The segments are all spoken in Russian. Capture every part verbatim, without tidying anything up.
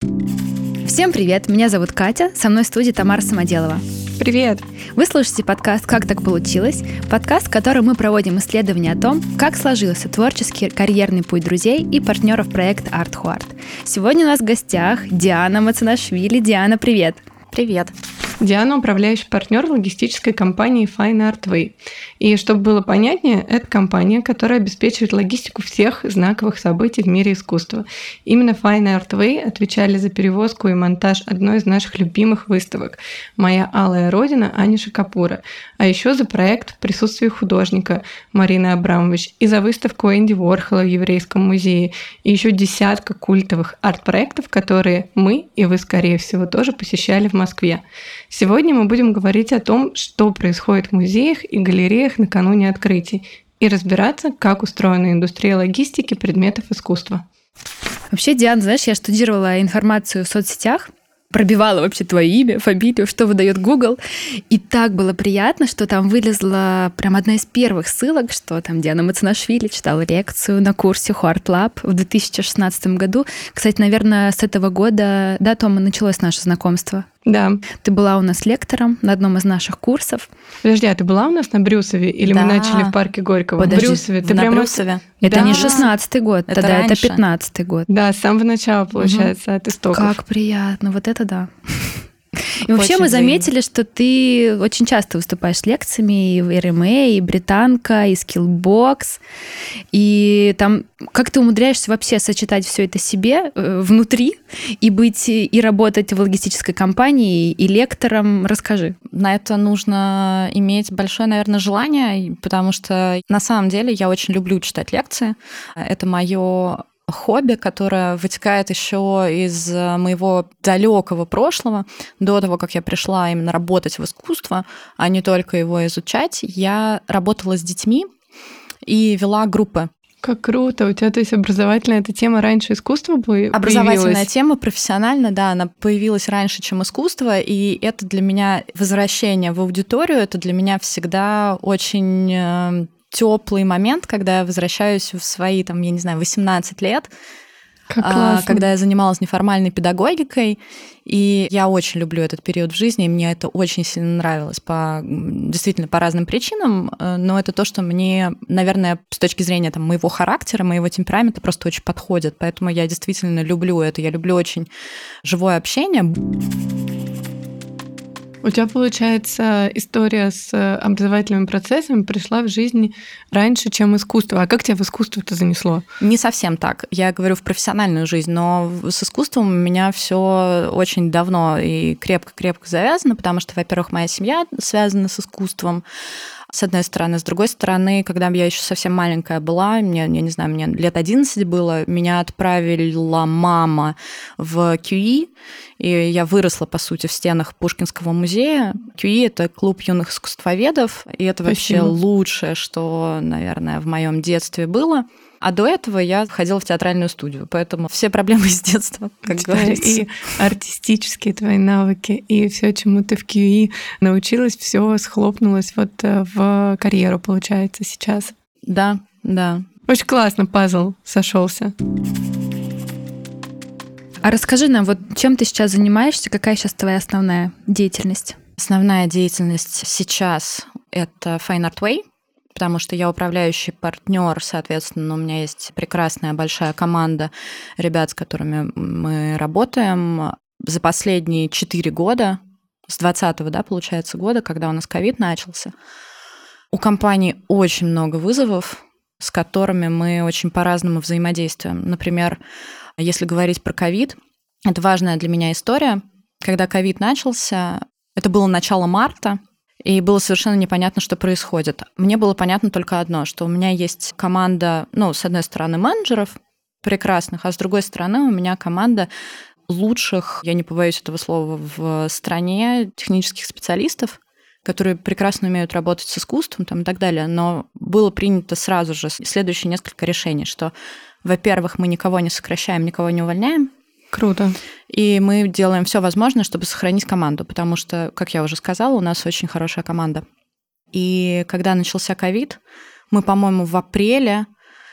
Всем привет, меня зовут Катя, со мной в студии Тамара Самоделова. Привет! Вы слушаете подкаст «Как так получилось?», подкаст, в котором мы проводим исследования о том, как сложился творческий карьерный путь друзей и партнеров проекта Art Who Art. Сегодня у нас в гостях Диана Мацанашвили. Диана, привет! Привет! Диана – управляющий партнер логистической компании Fine Art Way. И чтобы было понятнее, это компания, которая обеспечивает логистику всех знаковых событий в мире искусства. Именно Fine Art Way отвечали за перевозку и монтаж одной из наших любимых выставок «Моя алая родина» Аниши Капура, а еще за проект в присутствии художника Марины Абрамович и за выставку Энди Уорхола в Еврейском музее, и еще десятка культовых арт-проектов, которые мы, и вы, скорее всего, тоже посещали в Москве. Сегодня мы будем говорить о том, что происходит в музеях и галереях накануне открытий, и разбираться, как устроена индустрия логистики предметов искусства. Вообще, Диана, знаешь, я штудировала информацию в соцсетях, пробивала вообще твое имя, фамилию, что выдает Google. И так было приятно, что там вылезла прям одна из первых ссылок, что там Диана Мацанашвили читала лекцию на курсе Art Lab в две тысячи шестнадцатом году. Кстати, наверное, с этого года, да, Тома, началось наше знакомство. Да. Ты была у нас лектором на одном из наших курсов. Подожди, а ты была у нас на Брюсове? Или да. мы начали в парке Горького? Подожди, в Брюсове. Ты на прямо... Брюсове. Это да. не шестнадцатый год, это тогда раньше. Это пятнадцатый год. Да, с самого начала, получается, угу. от истоков. Как приятно, вот это да. И вообще Очень мы заметили, что ты очень часто выступаешь с лекциями и в эр эм эй, и Британка, и Skillbox. И там как ты умудряешься вообще сочетать все это себе э, внутри и быть и работать в логистической компании, и лектором? Расскажи. На это нужно иметь большое, наверное, желание, потому что на самом деле я очень люблю читать лекции. Это мое хобби, которое вытекает еще из моего далекого прошлого, до того, как я пришла именно работать в искусство, а не только его изучать. Я работала с детьми и вела группы. Как круто! У тебя, то есть, образовательная эта тема раньше искусства появилась? Образовательная тема, профессионально, да, она появилась раньше, чем искусство, и это для меня возвращение в аудиторию, это для меня всегда очень теплый момент, когда я возвращаюсь в свои, там, я не знаю, восемнадцать лет, как классно. Когда я занималась неформальной педагогикой, и я очень люблю этот период в жизни, и мне это очень сильно нравилось по действительно по разным причинам, но это то, что мне, наверное, с точки зрения там, моего характера, моего темперамента просто очень подходит, поэтому я действительно люблю это, я люблю очень живое общение. У тебя, получается, история с образовательными процессами пришла в жизнь раньше, чем искусство. А как тебя в искусство-то занесло? Не совсем так. Я говорю в профессиональную жизнь, но с искусством у меня все очень давно и крепко-крепко завязано, потому что, во-первых, моя семья связана с искусством, с одной стороны. С другой стороны, когда я еще совсем маленькая была, мне, я не знаю, мне лет одиннадцать было, меня отправила мама в кью и, и я выросла, по сути, в стенах Пушкинского музея. кью и – это клуб юных искусствоведов, и это Спасибо. Вообще лучшее, что, наверное, в моем детстве было. А до этого я ходила в театральную студию, поэтому все проблемы с детства, как что говорится. И артистические твои навыки, и все, чему ты в кью и научилась, все схлопнулось вот в карьеру, получается, сейчас. Да, да. Очень классно, пазл сошелся. А расскажи нам, вот чем ты сейчас занимаешься, какая сейчас твоя основная деятельность? Основная деятельность сейчас — это Fine Art Way, потому что я управляющий партнер, соответственно, у меня есть прекрасная большая команда ребят, с которыми мы работаем. За последние четыре года, с двадцатого, да, получается, года, когда у нас ковид начался, у компании очень много вызовов, с которыми мы очень по-разному взаимодействуем. Например, если говорить про ковид, это важная для меня история. Когда ковид начался, это было начало марта, и было совершенно непонятно, что происходит. Мне было понятно только одно, что у меня есть команда, ну, с одной стороны, менеджеров прекрасных, а с другой стороны, у меня команда лучших, я не побоюсь этого слова, в стране технических специалистов, которые прекрасно умеют работать с искусством там, и так далее. Но было принято сразу же следующие несколько решений, что, во-первых, мы никого не сокращаем, никого не увольняем. Круто. И мы делаем все возможное, чтобы сохранить команду, потому что, как я уже сказала, у нас очень хорошая команда. И когда начался ковид, мы, по-моему, в апреле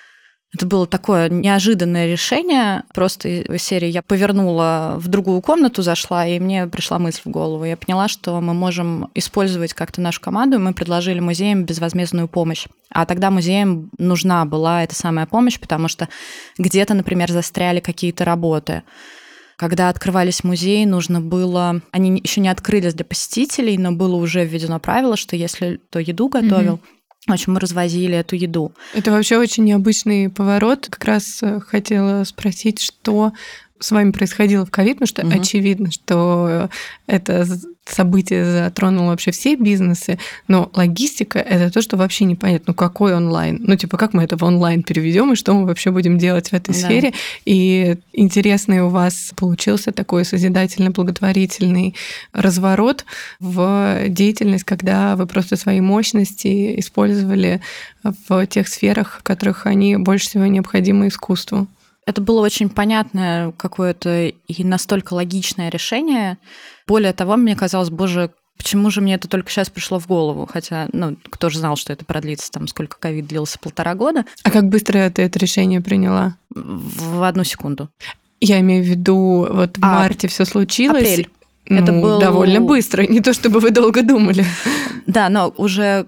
Это было такое неожиданное решение. Просто из серии я повернула в другую комнату, зашла, и мне пришла мысль в голову. Я поняла, что мы можем использовать как-то нашу команду, и мы предложили музеям безвозмездную помощь. А тогда музеям нужна была эта самая помощь, потому что где-то, например, застряли какие-то работы. Когда открывались музеи, нужно было... Они еще не открылись для посетителей, но было уже введено правило, что если кто еду готовил, mm-hmm. В общем, мы развозили эту еду. Это вообще очень необычный поворот. Как раз хотела спросить, что с вами происходило в ковид, потому что угу. очевидно, что это событие затронуло вообще все бизнесы, но логистика — это то, что вообще непонятно. Ну, какой онлайн? Ну, типа, как мы это в онлайн переведем и что мы вообще будем делать в этой да. сфере? И интересный у вас получился такой созидательный, благотворительный разворот в деятельность, когда вы просто свои мощности использовали в тех сферах, в которых они больше всего необходимы искусству. Это было очень понятное какое-то и настолько логичное решение. Более того, мне казалось, боже, почему же мне это только сейчас пришло в голову? Хотя, ну, кто же знал, что это продлится, там, сколько ковид длился, полтора года. А как быстро ты это решение приняла? В одну секунду. Я имею в виду, вот в а, марте все случилось. Апрель. Ну, это было довольно быстро, не то чтобы вы долго думали. Да, но уже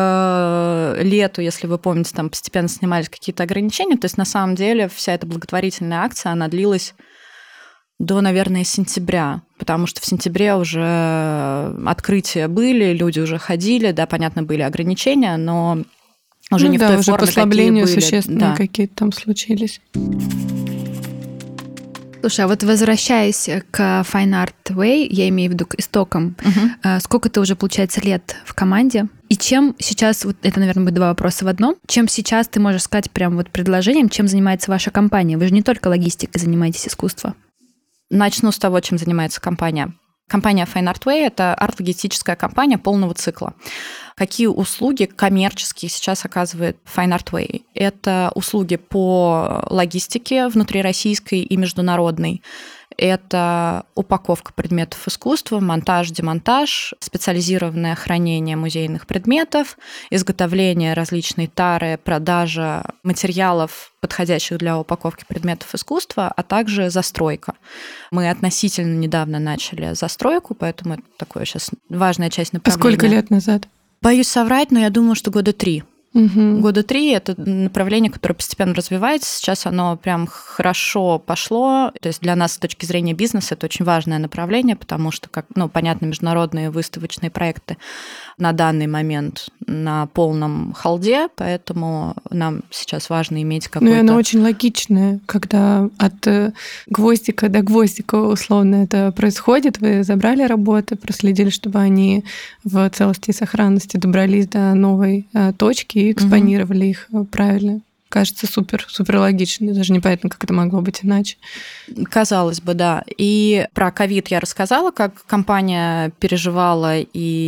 к лету, если вы помните, там постепенно снимались какие-то ограничения. То есть на самом деле вся эта благотворительная акция, она длилась до, наверное, сентября, потому что в сентябре уже открытия были, люди уже ходили, да, понятно, были ограничения, но уже ну, не да, в той уже форме, послабления какие были. Существенные Да. какие-то там случились. Слушай, а вот возвращаясь к Fine Art Way, я имею в виду к истокам, uh-huh. сколько ты уже, получается, лет в команде? И чем сейчас, вот это, наверное, будет два вопроса в одном, чем сейчас ты можешь сказать прям вот предложением, чем занимается ваша компания? Вы же не только логистикой занимаетесь, искусством. Начну с того, чем занимается компания. Компания Fine Art Way – это арт-логистическая компания полного цикла. Какие услуги коммерческие сейчас оказывает Fine Art Way? Это услуги по логистике внутрироссийской и международной. Это упаковка предметов искусства, монтаж, демонтаж, специализированное хранение музейных предметов, изготовление различной тары, продажа материалов, подходящих для упаковки предметов искусства, а также застройка. Мы относительно недавно начали застройку, поэтому это такое сейчас важная часть направления. А сколько лет назад? Боюсь соврать, но я думаю, что года три. Угу. Года три – это направление, которое постепенно развивается. Сейчас оно прям хорошо пошло. То есть для нас с точки зрения бизнеса это очень важное направление, потому что, как, ну, понятно, международные выставочные проекты на данный момент на полном халде, поэтому нам сейчас важно иметь какой-то... Ну и оно очень логичное, когда от гвоздика до гвоздика условно это происходит. Вы забрали работы, проследили, чтобы они в целости и сохранности добрались до новой точки и экспонировали mm-hmm. их правильно. Кажется, супер, супер логично. Даже непонятно, как это могло быть иначе. Казалось бы, да. И про ковид я рассказала, как компания переживала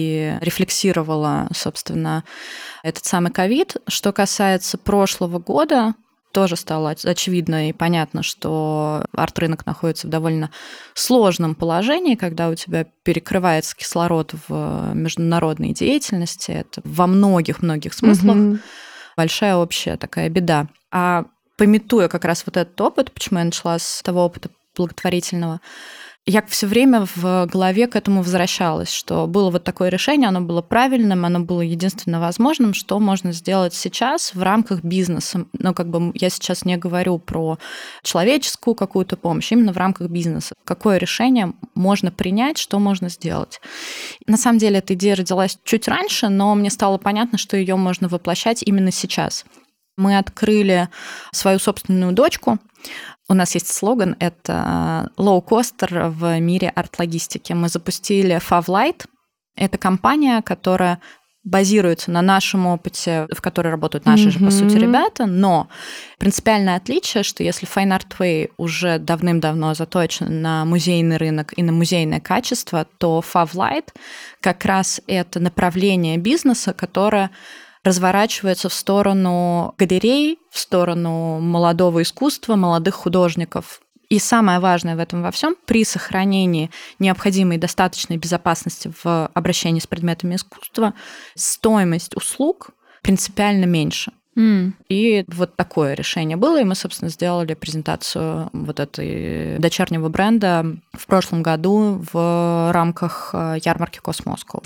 и рефлексировала, собственно, этот самый ковид. Что касается прошлого года, тоже стало очевидно и понятно, что арт-рынок находится в довольно сложном положении, когда у тебя перекрывается кислород в международной деятельности. Это во многих-многих смыслах mm-hmm. большая общая такая беда. А памятуя как раз вот этот опыт, почему я начала с того опыта благотворительного, я все время в голове к этому возвращалась, что было вот такое решение, оно было правильным, оно было единственно возможным, что можно сделать сейчас в рамках бизнеса. Но как бы я сейчас не говорю про человеческую какую-то помощь, именно в рамках бизнеса. Какое решение можно принять, что можно сделать. На самом деле эта идея родилась чуть раньше, но мне стало понятно, что ее можно воплощать именно сейчас. Мы открыли свою собственную дочку. У нас есть слоган, это «Low-coster в мире арт-логистики». Мы запустили Favlight. Это компания, которая базируется на нашем опыте, в которой работают наши mm-hmm. же, по сути, ребята, но принципиальное отличие, что если Fine Art Way уже давным-давно заточен на музейный рынок и на музейное качество, то Favlight как раз это направление бизнеса, которое разворачивается в сторону галерей, в сторону молодого искусства, молодых художников. И самое важное в этом во всем, при сохранении необходимой достаточной безопасности в обращении с предметами искусства, стоимость услуг принципиально меньше. Mm. И вот такое решение было, и мы, собственно, сделали презентацию вот этой дочернего бренда в прошлом году в рамках ярмарки Cosmoscow.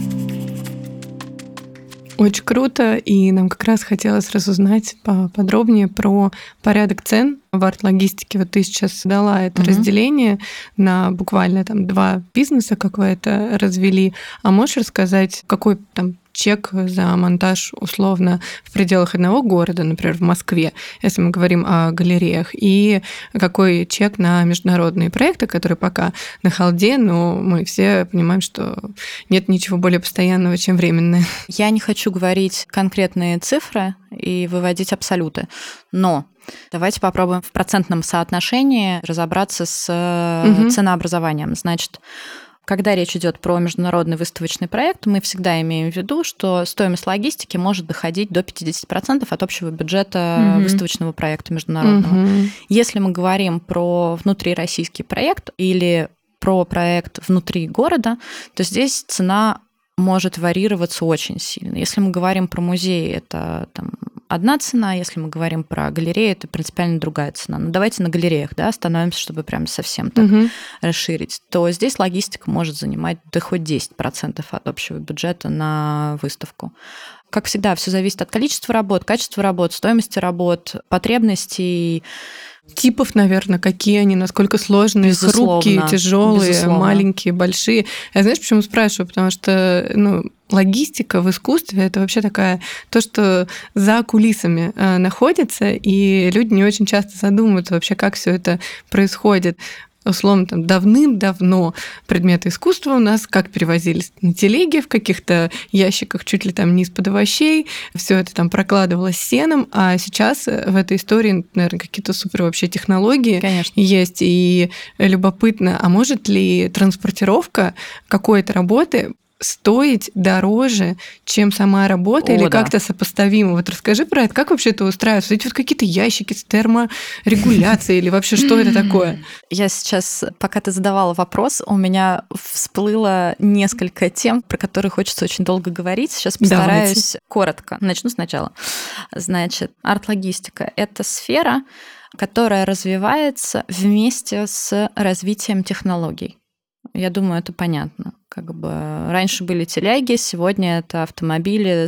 Очень круто, и нам как раз хотелось разузнать поподробнее про порядок цен в арт-логистике. Вот ты сейчас дала это mm-hmm. разделение на буквально там два бизнеса, как вы это развели. А можешь рассказать, какой там чек за монтаж условно в пределах одного города, например, в Москве, если мы говорим о галереях, и какой чек на международные проекты, которые пока на халде, но мы все понимаем, что нет ничего более постоянного, чем временное. Я не хочу говорить конкретные цифры и выводить абсолюты, но давайте попробуем в процентном соотношении разобраться с угу. ценообразованием. Значит, когда речь идет про международный выставочный проект, мы всегда имеем в виду, что стоимость логистики может доходить до пятьдесят процентов от общего бюджета mm-hmm. выставочного проекта международного. Mm-hmm. Если мы говорим про внутрироссийский проект или про проект внутри города, то здесь цена может варьироваться очень сильно. Если мы говорим про музей, это там одна цена, если мы говорим про галереи, это принципиально другая цена. Но давайте на галереях, да, остановимся, чтобы прям совсем так угу. расширить. То здесь логистика может занимать да хоть десять процентов от общего бюджета на выставку. Как всегда, все зависит от количества работ, качества работ, стоимости работ, потребностей. Типов, наверное, какие они, насколько сложные, безусловно, хрупкие, тяжелые, безусловно. Маленькие, большие. Я знаешь, почему спрашиваю? Потому что, ну, логистика в искусстве — это вообще такая то, что за кулисами э, находится, и люди не очень часто задумываются вообще, как все это происходит. Условно, там, давным-давно предметы искусства у нас как перевозились на телеге в каких-то ящиках чуть ли там не из-под овощей, все это там прокладывалось сеном, а сейчас в этой истории, наверное, какие-то супер вообще технологии Конечно. Есть, и любопытно, а может ли транспортировка какой-то работы стоить дороже, чем сама работа, О, или да. как-то сопоставимо? Вот расскажи про это, как вообще это устраивается? Эти вот какие-то ящики с терморегуляцией или вообще что это такое? Я сейчас, пока ты задавала вопрос, у меня всплыло несколько тем, про которые хочется очень долго говорить. Сейчас постараюсь Давайте. коротко. Начну сначала. Значит, арт-логистика — это сфера, которая развивается вместе с развитием технологий. Я думаю, это понятно. Как бы раньше были телеги, сегодня это автомобили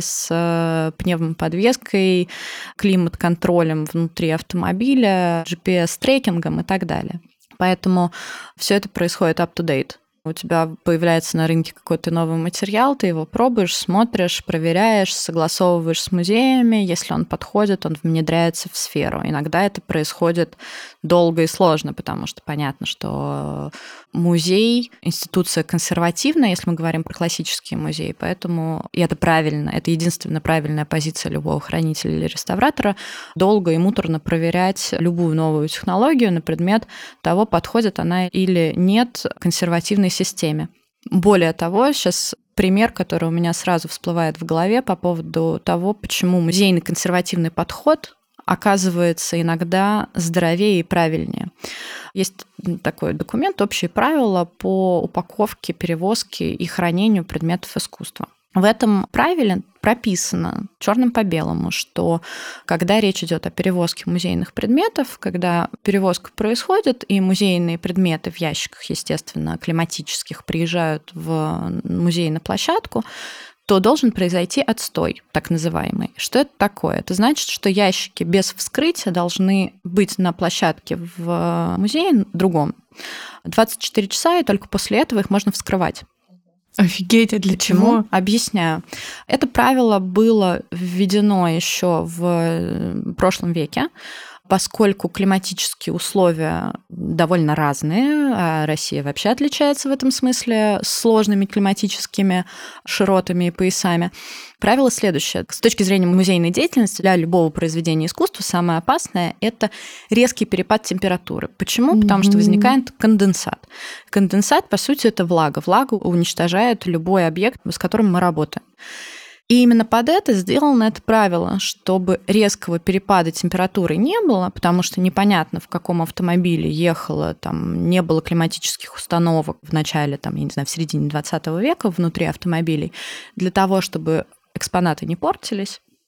с пневмоподвеской, климат-контролем внутри автомобиля, джи пи эс-трекингом и так далее. Поэтому все это происходит up-to-date. У тебя появляется на рынке какой-то новый материал, ты его пробуешь, смотришь, проверяешь, согласовываешь с музеями. Если он подходит, он внедряется в сферу. Иногда это происходит долго и сложно, потому что понятно, что музей — институция консервативная, если мы говорим про классические музеи, поэтому, и это правильно, это единственная правильная позиция любого хранителя или реставратора, долго и муторно проверять любую новую технологию на предмет того, подходит она или нет консервативной системе. Более того, сейчас пример, который у меня сразу всплывает в голове по поводу того, почему музейный консервативный подход оказывается иногда здоровее и правильнее. Есть такой документ «Общие правила по упаковке, перевозке и хранению предметов искусства». В этом правиле прописано черным по белому, что когда речь идет о перевозке музейных предметов, когда перевозка происходит, и музейные предметы в ящиках, естественно, климатических, приезжают в музей на площадку, то должен произойти отстой, так называемый. Что это такое? Это значит, что ящики без вскрытия должны быть на площадке в музее другом двадцать четыре часа, и только после этого их можно вскрывать. Офигеть, а для Почему? чего? Объясняю. Это правило было введено еще в прошлом веке, поскольку климатические условия довольно разные, а Россия вообще отличается в этом смысле сложными климатическими широтами и поясами. Правило следующее. С точки зрения музейной деятельности для любого произведения искусства самое опасное – это резкий перепад температуры. Почему? Mm-hmm. Потому что возникает конденсат. Конденсат, по сути, это влага. Влага уничтожает любой объект, с которым мы работаем. И именно под это сделано это правило, чтобы резкого перепада температуры не было, потому что непонятно, в каком автомобиле ехало, там не было климатических установок в начале, там, я не знаю, в середине двадцатого века внутри автомобилей. Для того, чтобы экспонаты не портились,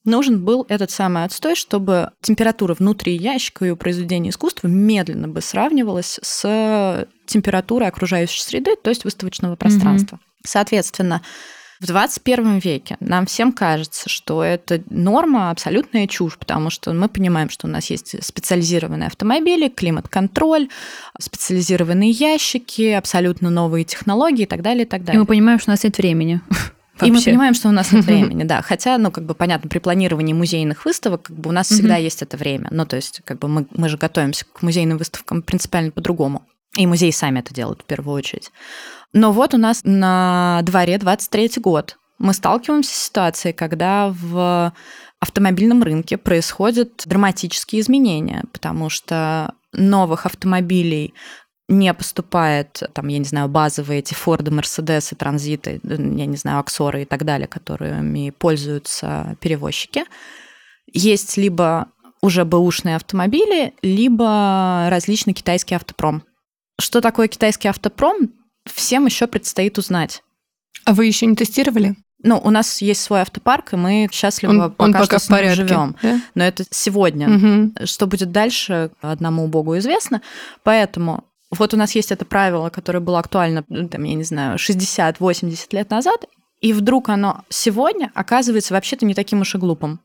нужен был этот самый отстой, чтобы температура внутри ящика и у произведения искусства медленно бы сравнивалась с температурой окружающей среды, то есть выставочного пространства. Mm-hmm. Соответственно, в двадцать первом веке нам всем кажется, что это норма, абсолютная чушь, потому что мы понимаем, что у нас есть специализированные автомобили, климат-контроль, специализированные ящики, абсолютно новые технологии и так далее, и так далее. И мы понимаем, что у нас нет времени. И мы понимаем, что у нас нет времени, да. Хотя, ну, как бы понятно, при планировании музейных выставок как бы у нас всегда есть это время. Ну, то есть, как бы мы, мы же готовимся к музейным выставкам принципиально по-другому. И музеи сами это делают в первую очередь. Но вот у нас на дворе двадцать третий год. Мы сталкиваемся с ситуацией, когда в автомобильном рынке происходят драматические изменения, потому что новых автомобилей не поступает, там, я не знаю, базовые эти Форды, Мерседесы, Транзиты, я не знаю, Аксоры и так далее, которыми пользуются перевозчики. Есть либо уже бэушные автомобили, либо различный китайский автопром. Что такое китайский автопром, всем еще предстоит узнать. А вы еще не тестировали? Ну, у нас есть свой автопарк, и мы счастливо он, пока, он пока что в с ним порядке, живем. Да? Но это сегодня. Угу. Что будет дальше, одному Богу известно. Поэтому вот у нас есть это правило, которое было актуально, там, я не знаю, шестьдесят-восемьдесят лет назад, и вдруг оно сегодня оказывается вообще-то не таким уж и глупым.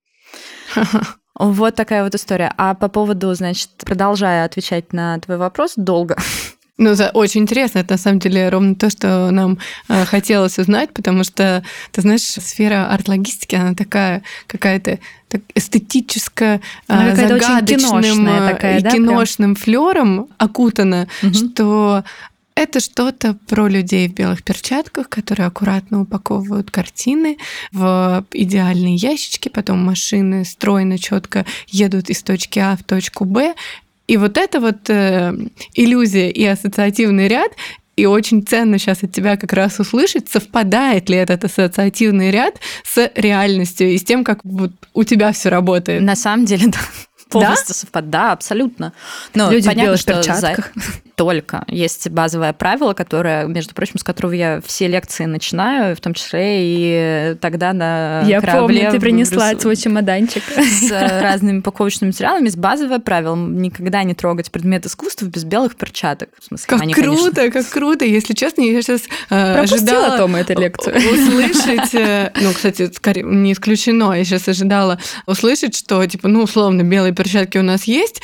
Вот такая вот история. А по поводу, значит, продолжая отвечать на твой вопрос, долго. Ну, это очень интересно. Это, на самом деле, ровно то, что нам э, хотелось узнать, потому что, ты знаешь, сфера арт-логистики, она такая какая-то так, эстетическая, э, загадочным такая, и да, киношным прям? Флёром окутана, угу. что это что-то про людей в белых перчатках, которые аккуратно упаковывают картины в идеальные ящички, потом машины стройно, четко едут из точки А в точку Б. И вот это вот э, иллюзия и ассоциативный ряд, и очень ценно сейчас от тебя как раз услышать, совпадает ли этот ассоциативный ряд с реальностью и с тем, как вот у тебя все работает. На самом деле, да. Полностью да? совпадает. Да, абсолютно. Но люди понятно, в белых что перчатках. За... Только. Есть базовое правило, которое, между прочим, с которого я все лекции начинаю, в том числе и тогда на я корабле... Я помню, ты принесла в... свой чемоданчик. С разными упаковочными материалами. Есть базовое правило. Никогда не трогать предмет искусства без белых перчаток. В смысле, как они, круто, конечно... как круто. Если честно, я сейчас э, Пропустила ожидала... Тома эту лекцию. Услышать... Э, ну, кстати, скорее, не исключено. Я сейчас ожидала услышать, что, типа, ну, условно, белые перчатки у нас есть,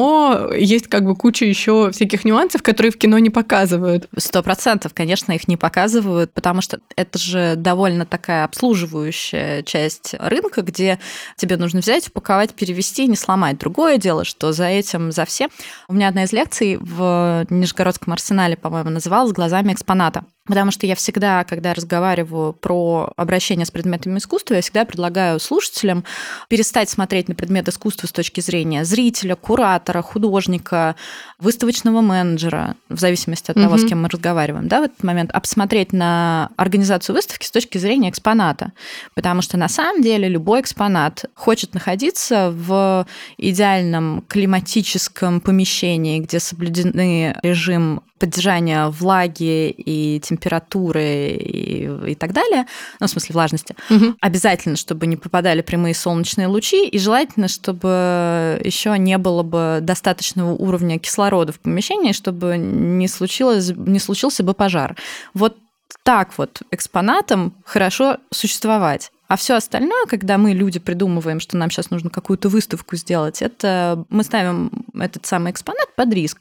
но есть как бы куча еще всяких нюансов, которые в кино не показывают. Сто процентов, конечно, их не показывают, потому что это же довольно такая обслуживающая часть рынка, где тебе нужно взять, упаковать, перевести и не сломать. Другое дело, что за этим, за всем... У меня одна из лекций в Нижегородском арсенале, по-моему, называлась «Глазами экспоната». Потому что я всегда, когда разговариваю про обращение с предметами искусства, я всегда предлагаю слушателям перестать смотреть на предмет искусства с точки зрения зрителя, куратора, художника, выставочного менеджера, в зависимости от того, mm-hmm. с кем мы разговариваем, да, в этот момент, а посмотреть на организацию выставки с точки зрения экспоната. Потому что на самом деле любой экспонат хочет находиться в идеальном климатическом помещении, где соблюдены режим поддержания влаги и температуры и, и так далее, ну, в смысле влажности, угу. обязательно, чтобы не попадали прямые солнечные лучи, и желательно, чтобы еще не было бы достаточного уровня кислорода в помещении, чтобы не, случилось, не случился бы пожар. Вот так вот экспонатам хорошо существовать. А все остальное, когда мы, люди, придумываем, что нам сейчас нужно какую-то выставку сделать, это мы ставим этот самый экспонат под риск.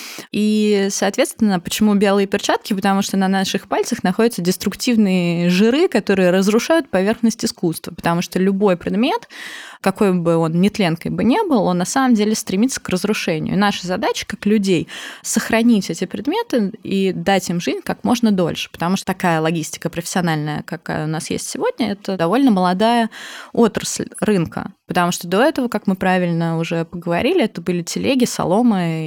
И, соответственно, почему белые перчатки? Потому что на наших пальцах находятся деструктивные жиры, которые разрушают поверхность искусства. Потому что любой предмет, какой бы он нетленкой бы ни был, он на самом деле стремится к разрушению. И наша задача, как людей, сохранить эти предметы и дать им жизнь как можно дольше. Потому что такая логистика профессиональная, какая у нас есть сегодня, это довольно молодая отрасль рынка. Потому что до этого, как мы правильно уже поговорили, это были телеги, соломы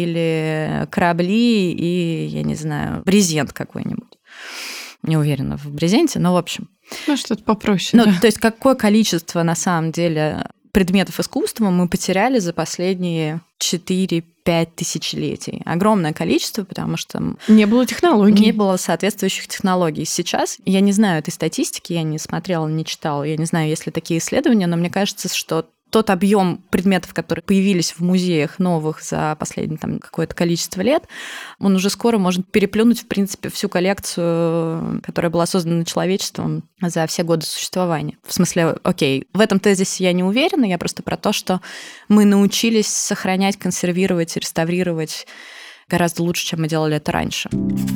или корабли и, я не знаю, брезент какой-нибудь. Не уверена в брезенте, но в общем. Ну, что-то попроще. Ну, да. то есть какое количество, на самом деле, предметов искусства мы потеряли за последние четыре-пять тысячелетий. Огромное количество, потому что... Не было технологий. Не было соответствующих технологий. Сейчас, я не знаю этой статистики, я не смотрела, не читала, я не знаю, есть ли такие исследования, но мне кажется, что тот объем предметов, которые появились в музеях новых за последнее там, какое-то количество лет, он уже скоро может переплюнуть, в принципе, всю коллекцию, которая была создана человечеством за все годы существования. В смысле, окей, в этом тезисе я не уверена, я просто про то, что мы научились сохранять, консервировать, реставрировать гораздо лучше, чем мы делали это раньше.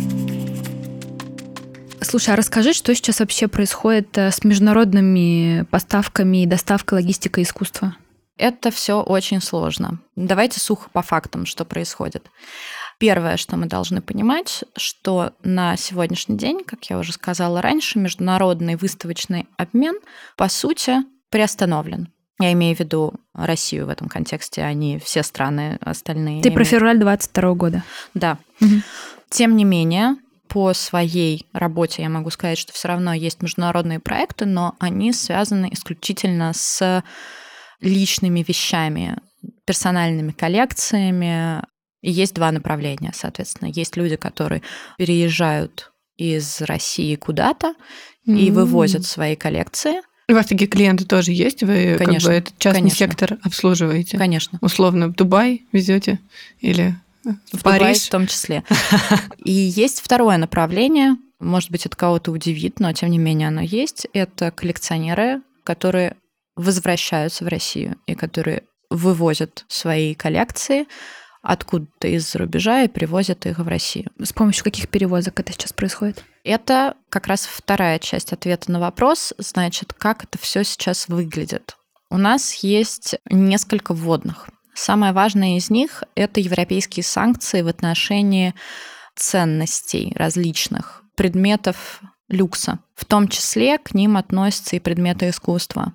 Слушай, а расскажи, что сейчас вообще происходит с международными поставками и доставкой, логистикой искусства? Это все очень сложно. Давайте сухо по фактам, что происходит. Первое, что мы должны понимать, что на сегодняшний день, как я уже сказала раньше, международный выставочный обмен, по сути, приостановлен. Я имею в виду Россию в этом контексте, а не все страны остальные. Ты про февраль двадцать второго года. Да. Угу. Тем не менее, по своей работе я могу сказать, что все равно есть международные проекты, но они связаны исключительно с личными вещами, персональными коллекциями. И есть два направления, соответственно. Есть люди, которые переезжают из России куда-то mm-hmm. и вывозят свои коллекции. У вас такие клиенты тоже есть? Вы конечно, как бы этот частный конечно. сектор обслуживаете? Конечно. Условно в Дубай везете или... В Париж. Дубае в том числе. И есть второе направление, может быть, это кого-то удивит, но тем не менее оно есть. Это коллекционеры, которые возвращаются в Россию и которые вывозят свои коллекции откуда-то из-за рубежа и привозят их в Россию. С помощью каких перевозок это сейчас происходит? Это как раз вторая часть ответа на вопрос, значит, как это все сейчас выглядит. У нас есть несколько вводных. Самое важное из них – это европейские санкции в отношении ценностей различных, предметов люкса. В том числе к ним относятся и предметы искусства.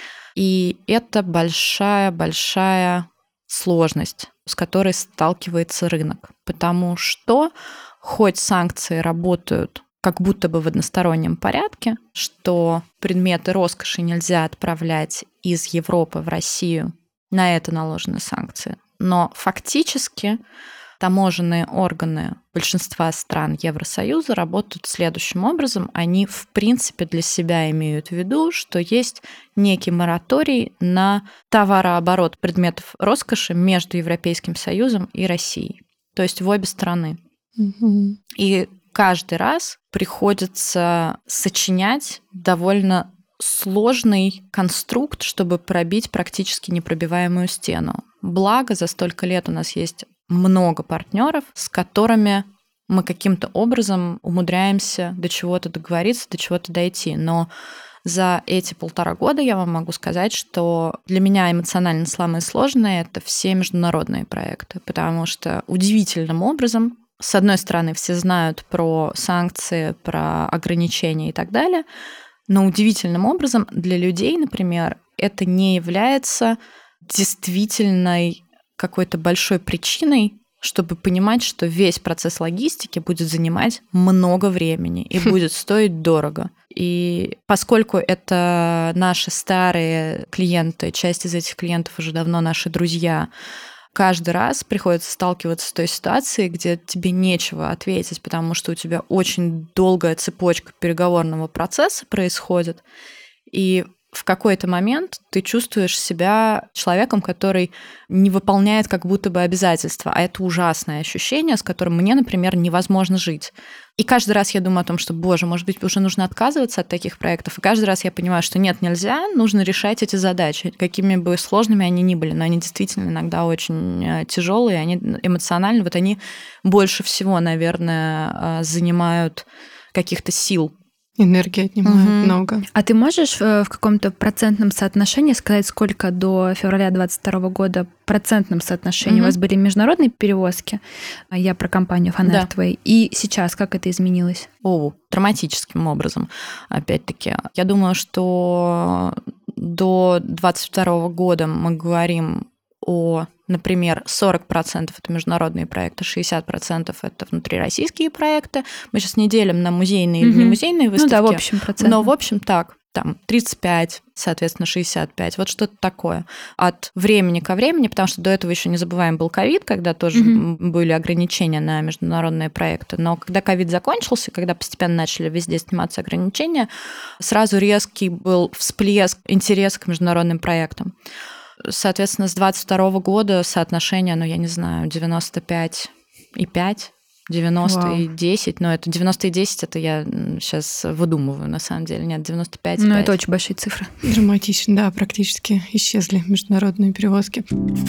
И это большая-большая сложность, с которой сталкивается рынок. Потому что хоть санкции работают как будто бы в одностороннем порядке, что предметы роскоши нельзя отправлять из Европы в Россию, на это наложены санкции. Но фактически таможенные органы большинства стран Евросоюза работают следующим образом. Они, в принципе, для себя имеют в виду, что есть некий мораторий на товарооборот предметов роскоши между Европейским Союзом и Россией. То есть в обе стороны. Mm-hmm. И каждый раз приходится сочинять довольно сложный конструкт, чтобы пробить практически непробиваемую стену. Благо, за столько лет у нас есть много партнеров, с которыми мы каким-то образом умудряемся до чего-то договориться, до чего-то дойти. Но за эти полтора года я вам могу сказать, что для меня эмоционально самое сложное — это все международные проекты, потому что удивительным образом, с одной стороны, все знают про санкции, про ограничения и так далее, но удивительным образом для людей, например, это не является действительной какой-то большой причиной, чтобы понимать, что весь процесс логистики будет занимать много времени и будет стоить дорого. И поскольку это наши старые клиенты, часть из этих клиентов уже давно наши друзья, каждый раз приходится сталкиваться с той ситуацией, где тебе нечего ответить, потому что у тебя очень долгая цепочка переговорного процесса происходит, и в какой-то момент ты чувствуешь себя человеком, который не выполняет как будто бы обязательства, а это ужасное ощущение, с которым мне, например, невозможно жить. И каждый раз я думаю о том, что, боже, может быть, уже нужно отказываться от таких проектов, и каждый раз я понимаю, что нет, нельзя, нужно решать эти задачи, какими бы сложными они ни были, но они действительно иногда очень тяжелые, они эмоционально, вот они больше всего, наверное, занимают каких-то сил. Энергии отнимают угу. много. А ты можешь в каком-то процентном соотношении сказать, сколько до февраля двадцать второго года в процентном соотношении угу. у вас были международные перевозки? Я про компанию Fine Art Way. Да. И сейчас как это изменилось? О, драматическим образом, опять-таки. Я думаю, что до двадцать второго года мы говорим о, например, сорок процентов это международные проекты, шестьдесят процентов это внутрироссийские проекты. Мы сейчас не делим на музейные или mm-hmm. не музейные выставки. Ну да, в общем процент. Но в общем так. там тридцать пять, соответственно, шестьдесят пять, вот что-то такое. От времени ко времени, потому что до этого еще не забываем, был ковид, когда тоже mm-hmm. были ограничения на международные проекты. Но когда ковид закончился, когда постепенно начали везде сниматься ограничения, сразу резкий был всплеск интереса к международным проектам. Соответственно, с двадцать второго года соотношение, ну, я не знаю, девяносто пять и пять. девяносто Вау. И десять, но это девяносто и десять, это я сейчас выдумываю, на самом деле. Нет, девяносто пять и пять. Ну, это очень большие цифры. Драматично, да, практически исчезли международные перевозки.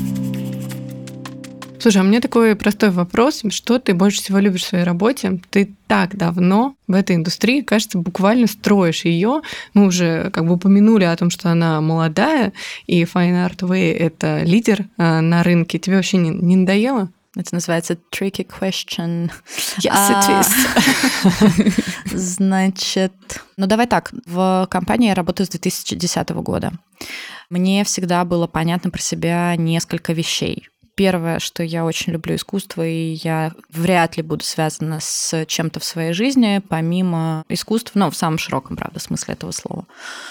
Слушай, а у меня такой простой вопрос. Что ты больше всего любишь в своей работе? Ты так давно в этой индустрии, кажется, буквально строишь ее. Мы уже как бы упомянули о том, что она молодая, и Fine Art Way — это лидер на рынке. Тебе вообще не, не надоело? Это называется tricky question. Yes, it is. Значит, ну давай так. В компании я работаю с две тысячи десятого года. Мне всегда было понятно про себя несколько вещей. Первое, что я очень люблю искусство, и я вряд ли буду связана с чем-то в своей жизни, помимо искусства, ну, в самом широком, правда, смысле этого слова.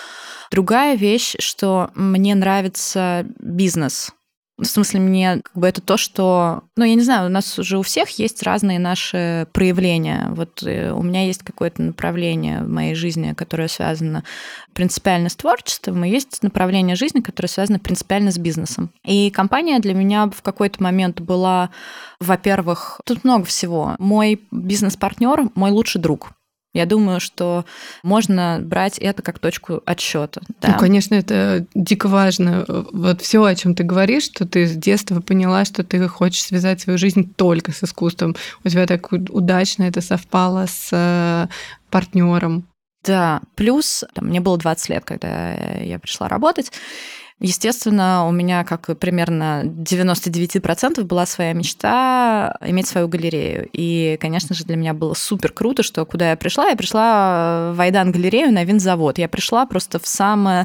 Другая вещь, что мне нравится бизнес. В смысле, мне как бы это то, что... Ну, я не знаю, у нас уже у всех есть разные наши проявления. Вот у меня есть какое-то направление в моей жизни, которое связано принципиально с творчеством, и есть направление жизни, которое связано принципиально с бизнесом. И компания для меня в какой-то момент была, во-первых, тут много всего. Мой бизнес-партнер — мой лучший друг. Я думаю, что можно брать это как точку отсчета. Да? Ну, конечно, это дико важно. Вот все, о чем ты говоришь, что ты с детства поняла, что ты хочешь связать свою жизнь только с искусством. У тебя так удачно это совпало с партнером. Да, плюс там, мне было двадцать лет, когда я пришла работать. Естественно, у меня, как и примерно девяносто девять процентов, была своя мечта иметь свою галерею. И, конечно же, для меня было супер круто, что куда я пришла, я пришла в Айдан-галерею на винзавод. Я пришла просто в самое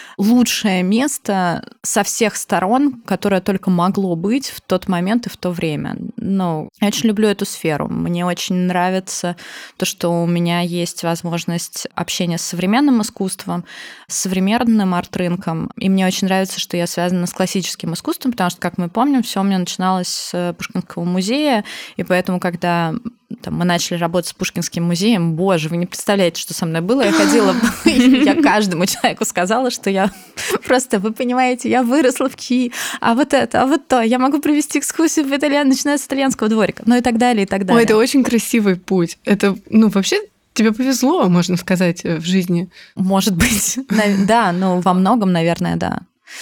лучшее место со всех сторон, которое только могло быть в тот момент и в то время. Но я очень люблю эту сферу. Мне очень нравится то, что у меня есть возможность общения с современным искусством, с современным арт-рынком. И мне очень нравится, что я связана с классическим искусством, потому что, как мы помним, все у меня начиналось с Пушкинского музея, и поэтому, когда там, мы начали работать с Пушкинским музеем, боже, вы не представляете, что со мной было. Я ходила, я каждому человеку сказала, что я просто, вы понимаете, я выросла в Ки, а вот это, а вот то, я могу провести экскурсию в Италию, начиная с итальянского дворика, ну и так далее, и так далее. Ой, это очень красивый путь. Это, ну, вообще... Тебе повезло, можно сказать, в жизни. Может быть, да, но во многом, наверное, да.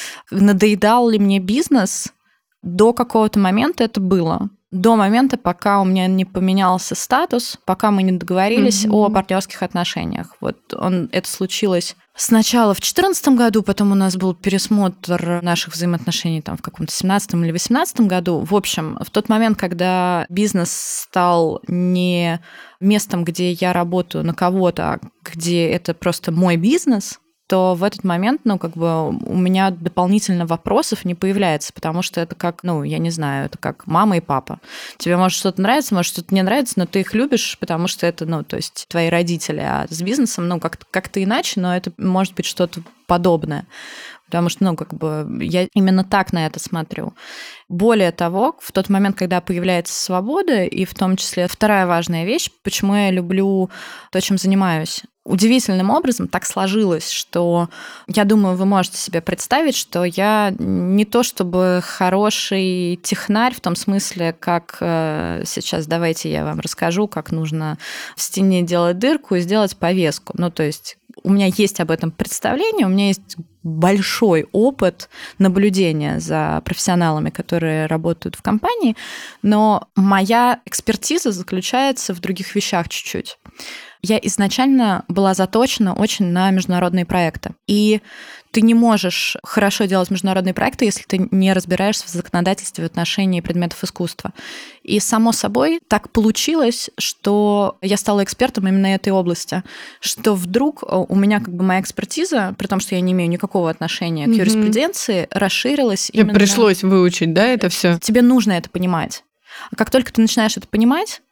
Надоедал ли мне бизнес? До какого-то момента это было. До момента, пока у меня не поменялся статус, пока мы не договорились mm-hmm. о партнерских отношениях. Вот он, это случилось сначала в две тысячи четырнадцатом году, потом у нас был пересмотр наших взаимоотношений там, в каком-то семнадцатом или восемнадцатом году. В общем, в тот момент, когда бизнес стал не местом, где я работаю на кого-то, а где это просто мой бизнес, то в этот момент, ну, как бы у меня дополнительно вопросов не появляется, потому что это как, ну, я не знаю, это как мама и папа. Тебе может что-то нравиться, может что-то не нравится, но ты их любишь, потому что это, ну, то есть твои родители, а с бизнесом, ну, как-то, как-то иначе, но это может быть что-то подобное. Потому что, ну, как бы я именно так на это смотрю. Более того, в тот момент, когда появляется свобода, и в том числе вторая важная вещь, почему я люблю то, чем занимаюсь. Удивительным образом так сложилось, что я думаю, вы можете себе представить, что я не то чтобы хороший технарь в том смысле, как сейчас давайте я вам расскажу, как нужно в стене делать дырку и сделать повеску. Ну, то есть у меня есть об этом представление, у меня есть большой опыт наблюдения за профессионалами, которые работают в компании, но моя экспертиза заключается в других вещах чуть-чуть. Я изначально была заточена очень на международные проекты. И ты не можешь хорошо делать международные проекты, если ты не разбираешься в законодательстве в отношении предметов искусства. И, само собой, так получилось, что я стала экспертом именно этой области, что вдруг у меня как бы моя экспертиза, при том, что я не имею никакого отношения к юриспруденции, расширилась. Тебе именно... пришлось выучить, да, это все? Тебе нужно это понимать. А как только ты начинаешь это понимать,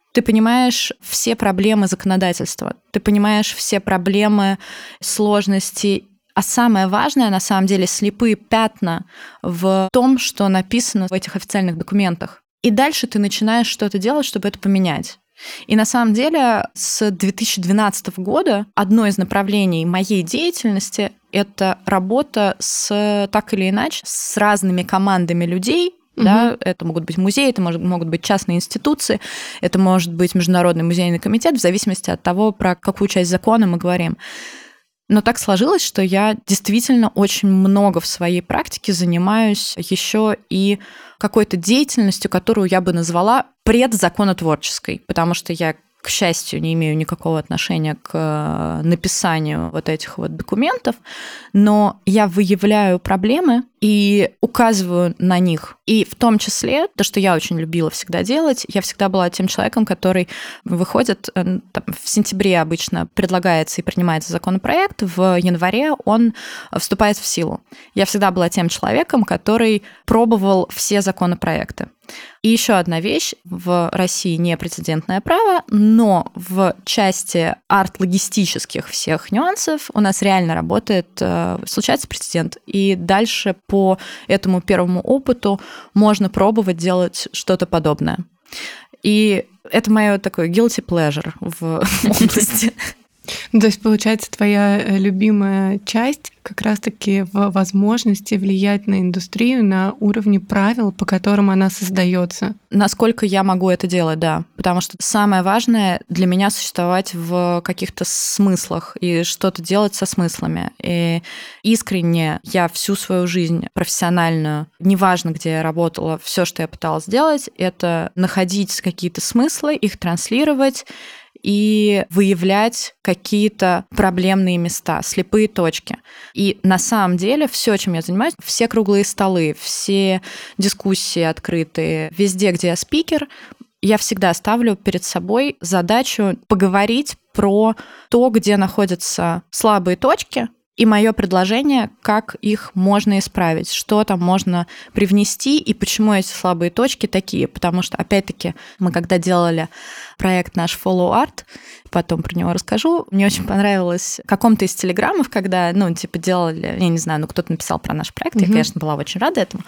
Ты понимаешь все проблемы законодательства, ты понимаешь все проблемы, сложности. А самое важное, на самом деле, слепые пятна в том, что написано в этих официальных документах. И дальше ты начинаешь что-то делать, чтобы это поменять. И на самом деле с две тысячи двенадцатого года одно из направлений моей деятельности — это работа с, так или иначе, с разными командами людей. Угу. Да, это могут быть музеи, это может, могут быть частные институции, это может быть Международный музейный комитет, в зависимости от того, про какую часть закона мы говорим. Но так сложилось, что я действительно очень много в своей практике занимаюсь еще и какой-то деятельностью, которую я бы назвала предзаконотворческой, потому что я, к счастью, не имею никакого отношения к написанию вот этих вот документов, но я выявляю проблемы и указываю на них. И в том числе, то, что я очень любила всегда делать, я всегда была тем человеком, который выходит, там, в сентябре обычно предлагается и принимается законопроект, в январе он вступает в силу. Я всегда была тем человеком, который пробовал все законопроекты. И еще одна вещь: в России не прецедентное право, но в части арт-логистических всех нюансов у нас реально работает, случается прецедент. И дальше по этому первому опыту можно пробовать делать что-то подобное. И это мое такое guilty pleasure в области. То есть, получается, твоя любимая часть как раз-таки в возможности влиять на индустрию на уровне правил, по которым она создается. Насколько я могу это делать, да. Потому что самое важное для меня существовать в каких-то смыслах и что-то делать со смыслами. И искренне я всю свою жизнь профессиональную, неважно, где я работала, все, что я пыталась сделать, это находить какие-то смыслы, их транслировать и выявлять какие-то проблемные места, слепые точки. И на самом деле все, чем я занимаюсь, все круглые столы, все дискуссии открытые, везде, где я спикер, я всегда ставлю перед собой задачу поговорить про то, где находятся слабые точки, и мое предложение, как их можно исправить, что там можно привнести и почему эти слабые точки такие. Потому что, опять-таки, мы когда делали проект наш Follow Art, потом про него расскажу, мне очень понравилось в каком-то из телеграммов, когда, ну, типа, делали, я не знаю, ну, кто-то написал про наш проект, mm-hmm. я, конечно, была очень рада этому.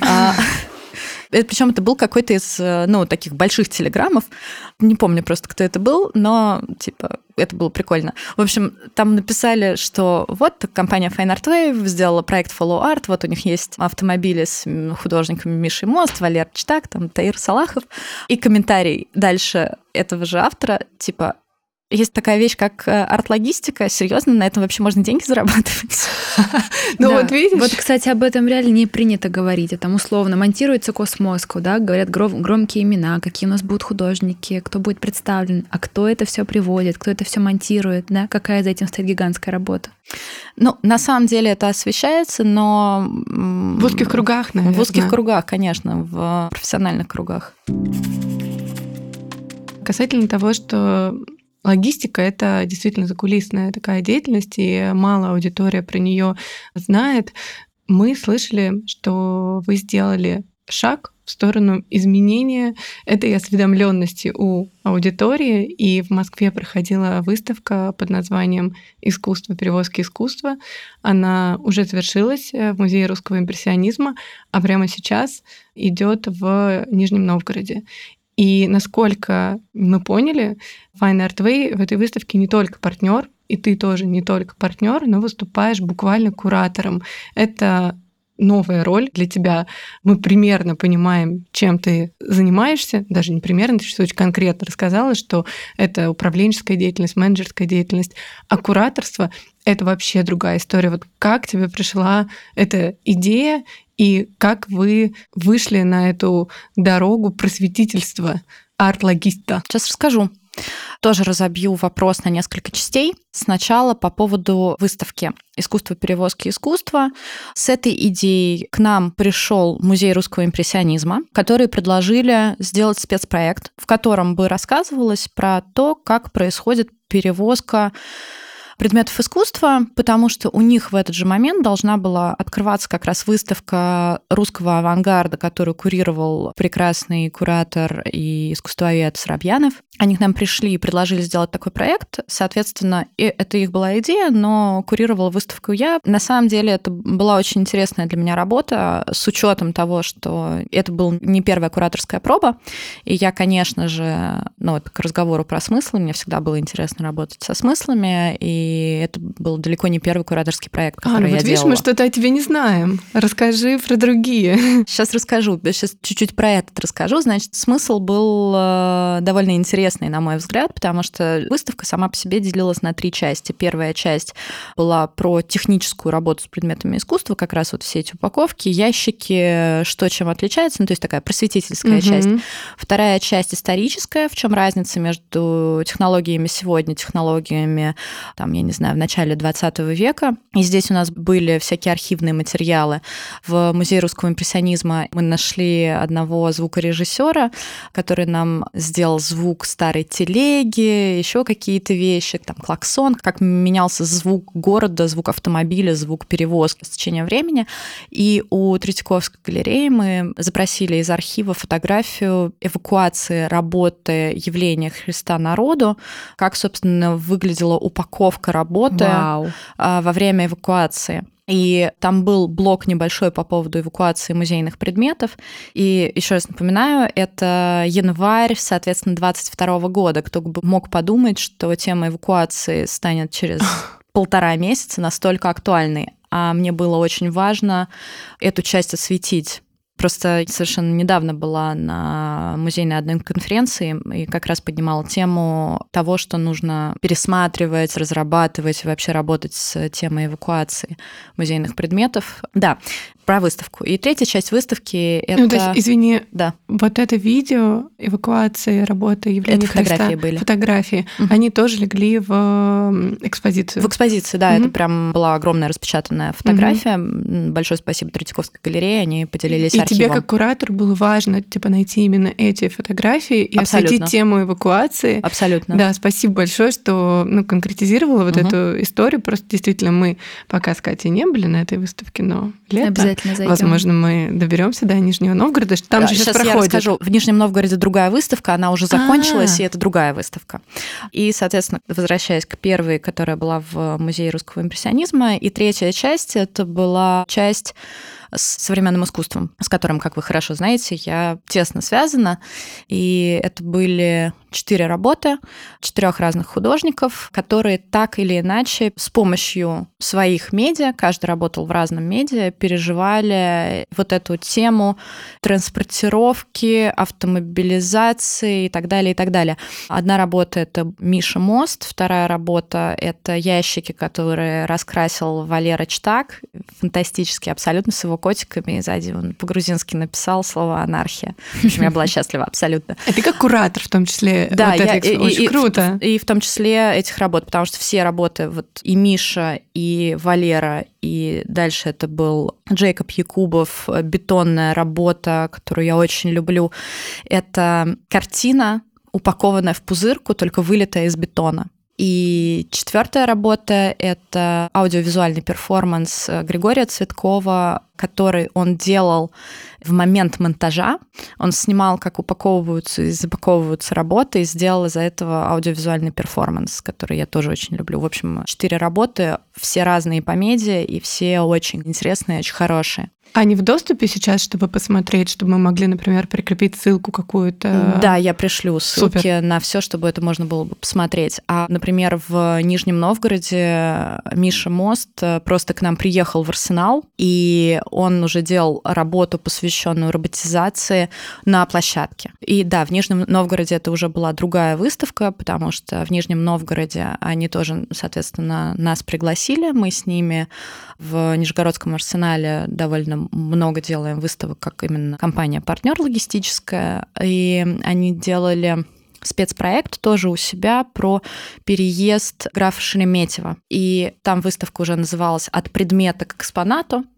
Причем это был какой-то из, ну, таких больших телеграммов. Не помню просто, кто это был, но, типа, это было прикольно. В общем, там написали, что вот компания Fine Art Way сделала проект Follow Art, вот у них есть автомобили с художниками Мишей Мост, Валер Чтак, там, Таир Салахов. И комментарий дальше этого же автора, типа, есть такая вещь, как арт-логистика. Серьезно, на этом вообще можно деньги зарабатывать? Ну вот видишь. Вот, кстати, об этом реально не принято говорить. Там условно монтируется Космоску, да, говорят громкие имена, какие у нас будут художники, кто будет представлен, а кто это все приводит, кто это все монтирует, да, какая за этим стоит гигантская работа. Ну, на самом деле это освещается, но... В узких кругах, наверное. В узких кругах, конечно, в профессиональных кругах. Касательно того, что логистика — это действительно закулисная такая деятельность, и мало аудитория про нее знает. Мы слышали, что вы сделали шаг в сторону изменения этой осведомленности у аудитории, и в Москве проходила выставка под названием «Искусство перевозки искусства». Она уже завершилась в Музее русского импрессионизма, а прямо сейчас идет в Нижнем Новгороде. И насколько мы поняли, Fine Art Way в этой выставке не только партнер, и ты тоже не только партнер, но выступаешь буквально куратором. Это новая роль для тебя. Мы примерно понимаем, чем ты занимаешься, даже не примерно, ты очень конкретно рассказала, что это управленческая деятельность, менеджерская деятельность, а кураторство — это вообще другая история. Вот как тебе пришла эта идея, и как вы вышли на эту дорогу просветительства арт-логиста? Сейчас расскажу. Тоже разобью вопрос на несколько частей. Сначала по поводу выставки «Искусство перевозки искусства». С этой идеей к нам пришел Музей русского импрессионизма, которые предложили сделать спецпроект, в котором бы рассказывалось про то, как происходит перевозка предметов искусства, потому что у них в этот же момент должна была открываться как раз выставка русского авангарда, которую курировал прекрасный куратор и искусствовед Соробьянов. Они к нам пришли и предложили сделать такой проект. Соответственно, это их была идея, но курировала выставку я. На самом деле это была очень интересная для меня работа, с учетом того, что это была не первая кураторская проба. И я, конечно же, ну, это к разговору про смыслы, мне всегда было интересно работать со смыслами, и это был далеко не первый кураторский проект, который а, ну, я вот видишь, делала. Мы что-то о тебе не знаем. Расскажи про другие. Сейчас расскажу. Сейчас чуть-чуть про этот расскажу. Значит, смысл был довольно интересный, на мой взгляд, потому что выставка сама по себе делилась на три части. Первая часть была про техническую работу с предметами искусства, как раз вот все эти упаковки, ящики, что чем отличается, ну, то есть такая просветительская угу. часть. Вторая часть историческая, в чем разница между технологиями сегодня, технологиями, там, я не знаю, в начале двадцатого века. И здесь у нас были всякие архивные материалы. В Музее русского импрессионизма мы нашли одного звукорежиссера, который нам сделал звук старой телеги, еще какие-то вещи, там клаксон, как менялся звук города, звук автомобиля, звук перевозки с течением времени. И у Третьяковской галереи мы запросили из архива фотографию эвакуации работы явления Христа народу, как, собственно, выглядела упаковка работы Вау. во время эвакуации. И там был блок небольшой по поводу эвакуации музейных предметов. И еще раз напоминаю, это январь, соответственно, двадцать второго года. Кто бы мог подумать, что тема эвакуации станет через полтора месяца настолько актуальной. А мне было очень важно эту часть осветить. Просто совершенно недавно была на музейной одной конференции и как раз поднимала тему того, что нужно пересматривать, разрабатывать, вообще работать с темой эвакуации музейных предметов. Да, про выставку. И третья часть выставки — это... Ну, то есть, извини, да. вот это видео эвакуации, работы, явления это фотографии Христа, были. Фотографии, угу. они тоже легли в экспозицию. В экспозиции, да. Угу. Это прям была огромная распечатанная фотография. Угу. Большое спасибо Третьяковской галерее, они поделились и архивом. И тебе, как куратору, было важно типа найти именно эти фотографии и Абсолютно. осветить тему эвакуации. Абсолютно. Да, спасибо большое, что ну, конкретизировала вот угу. эту историю. Просто действительно мы пока с Катей не были на этой выставке, но лето. Обязательно зайдем. Возможно, мы доберемся до Нижнего Новгорода. Там да, же сейчас, сейчас проходит. Я расскажу. В Нижнем Новгороде другая выставка, она уже закончилась, А-а-а. и это другая выставка. И, соответственно, возвращаясь к первой, которая была в Музее русского импрессионизма, и третья часть, это была часть с современным искусством, с которым, как вы хорошо знаете, я тесно связана. И это были четыре работы четырех разных художников, которые так или иначе с помощью своих медиа, каждый работал в разном медиа, переживали вот эту тему транспортировки, автомобилизации и так далее, и так далее. Одна работа — это Миша Мост, вторая работа — это ящики, которые раскрасил Валера Чтак, фантастически абсолютно, с его котиками, и сзади он по-грузински написал слово «анархия». В общем, я была счастлива абсолютно. А ты как куратор в том числе. Да, вот я, это и, очень и, круто. И, и в том числе этих работ, потому что все работы, вот и Миша, и Валера, и дальше это был Джейкоб Якубов, бетонная работа, которую я очень люблю. Это картина, упакованная в пузырку, только вылитая из бетона. И четвертая работа — это аудиовизуальный перформанс Григория Цветкова, который он делал в момент монтажа. Он снимал, как упаковываются и запаковываются работы, и сделал из-за этого аудиовизуальный перформанс, который я тоже очень люблю. В общем, четыре работы, все разные по медиа, и все очень интересные, очень хорошие. Они в доступе сейчас, чтобы посмотреть, чтобы мы могли, например, прикрепить ссылку какую-то? Да, я пришлю ссылки Супер. На все, чтобы это можно было бы посмотреть. А, например, в Нижнем Новгороде Миша Мост просто к нам приехал в Арсенал, и он уже делал работу, посвященную роботизации на площадке. И да, в Нижнем Новгороде это уже была другая выставка, потому что в Нижнем Новгороде они тоже, соответственно, нас пригласили. Мы с ними в Нижегородском Арсенале довольно много делаем выставок, как именно компания-партнер логистическая, и они делали спецпроект тоже у себя про переезд графа Шереметьева. И там выставка уже называлась «От предмета к экспонату». То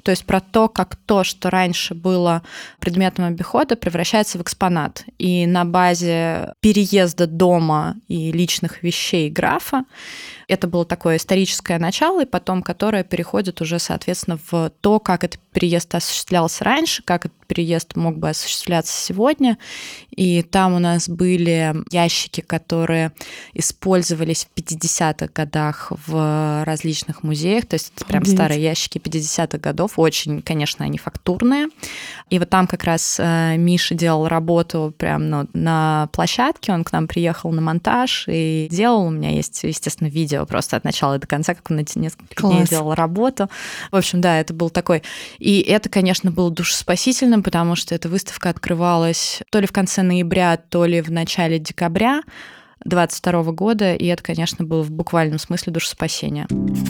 То есть про то, как то, что раньше было предметом обихода, превращается в экспонат. И на базе переезда дома и личных вещей графа это было такое историческое начало, и потом которое переходит уже, соответственно, в то, как этот переезд осуществлялся раньше, как этот переезд мог бы осуществляться сегодня. И там у нас были ящики, которые использовались в пятидесятых годах в различных музеях. То есть это прям Обалдеть. Старые ящики пятидесятых годов. Очень, конечно, они фактурные. И вот там как раз Миша делал работу прям ну, на площадке. Он к нам приехал на монтаж и делал. У меня есть, естественно, видео просто от начала до конца, как он эти несколько Класс. дней делал работу. В общем, да, это был такой... И это, конечно, было душеспасительным, потому что эта выставка открывалась то ли в конце ноября, то ли в начале декабря двадцать второго года, и это, конечно, было в буквальном смысле душеспасение.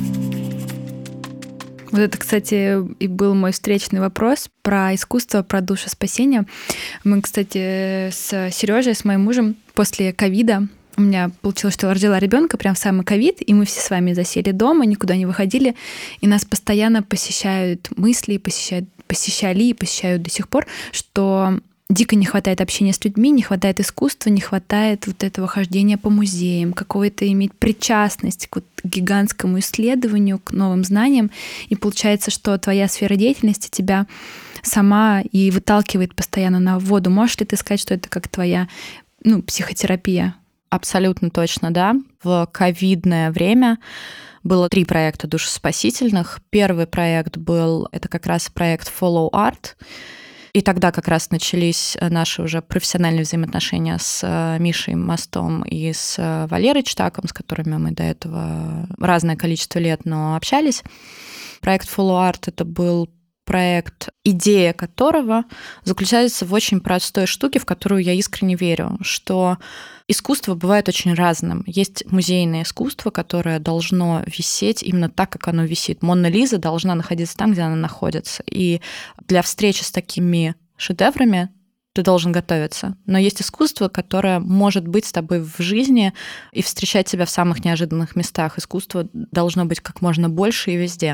Вот это, кстати, и был мой встречный вопрос про искусство, про душеспасение. Мы, кстати, с Сережей, с моим мужем, после ковида, у меня получилось, что я родила ребенка прям в самый ковид, и мы все с вами засели дома, никуда не выходили, и нас постоянно посещают мысли, посещают, посещали и посещают до сих пор, что дико не хватает общения с людьми, не хватает искусства, не хватает вот этого хождения по музеям, какого-то иметь причастность к вот гигантскому исследованию, к новым знаниям. И получается, что твоя сфера деятельности тебя сама и выталкивает постоянно на воду. Можешь ли ты сказать, что это как твоя ну, психотерапия? Абсолютно точно, да. В ковидное время было три проекта душеспасительных. Первый проект был, это как раз проект Follow Art. И тогда как раз начались наши уже профессиональные взаимоотношения с Мишей Мостом и с Валерой Чтаком, с которыми мы до этого разное количество лет, но общались. Проект Follow Art — это был проект, идея которого заключается в очень простой штуке, в которую я искренне верю, что искусство бывает очень разным. Есть музейное искусство, которое должно висеть именно так, как оно висит. Мона Лиза должна находиться там, где она находится. И для встречи с такими шедеврами ты должен готовиться. Но есть искусство, которое может быть с тобой в жизни и встречать тебя в самых неожиданных местах. Искусство должно быть как можно больше и везде.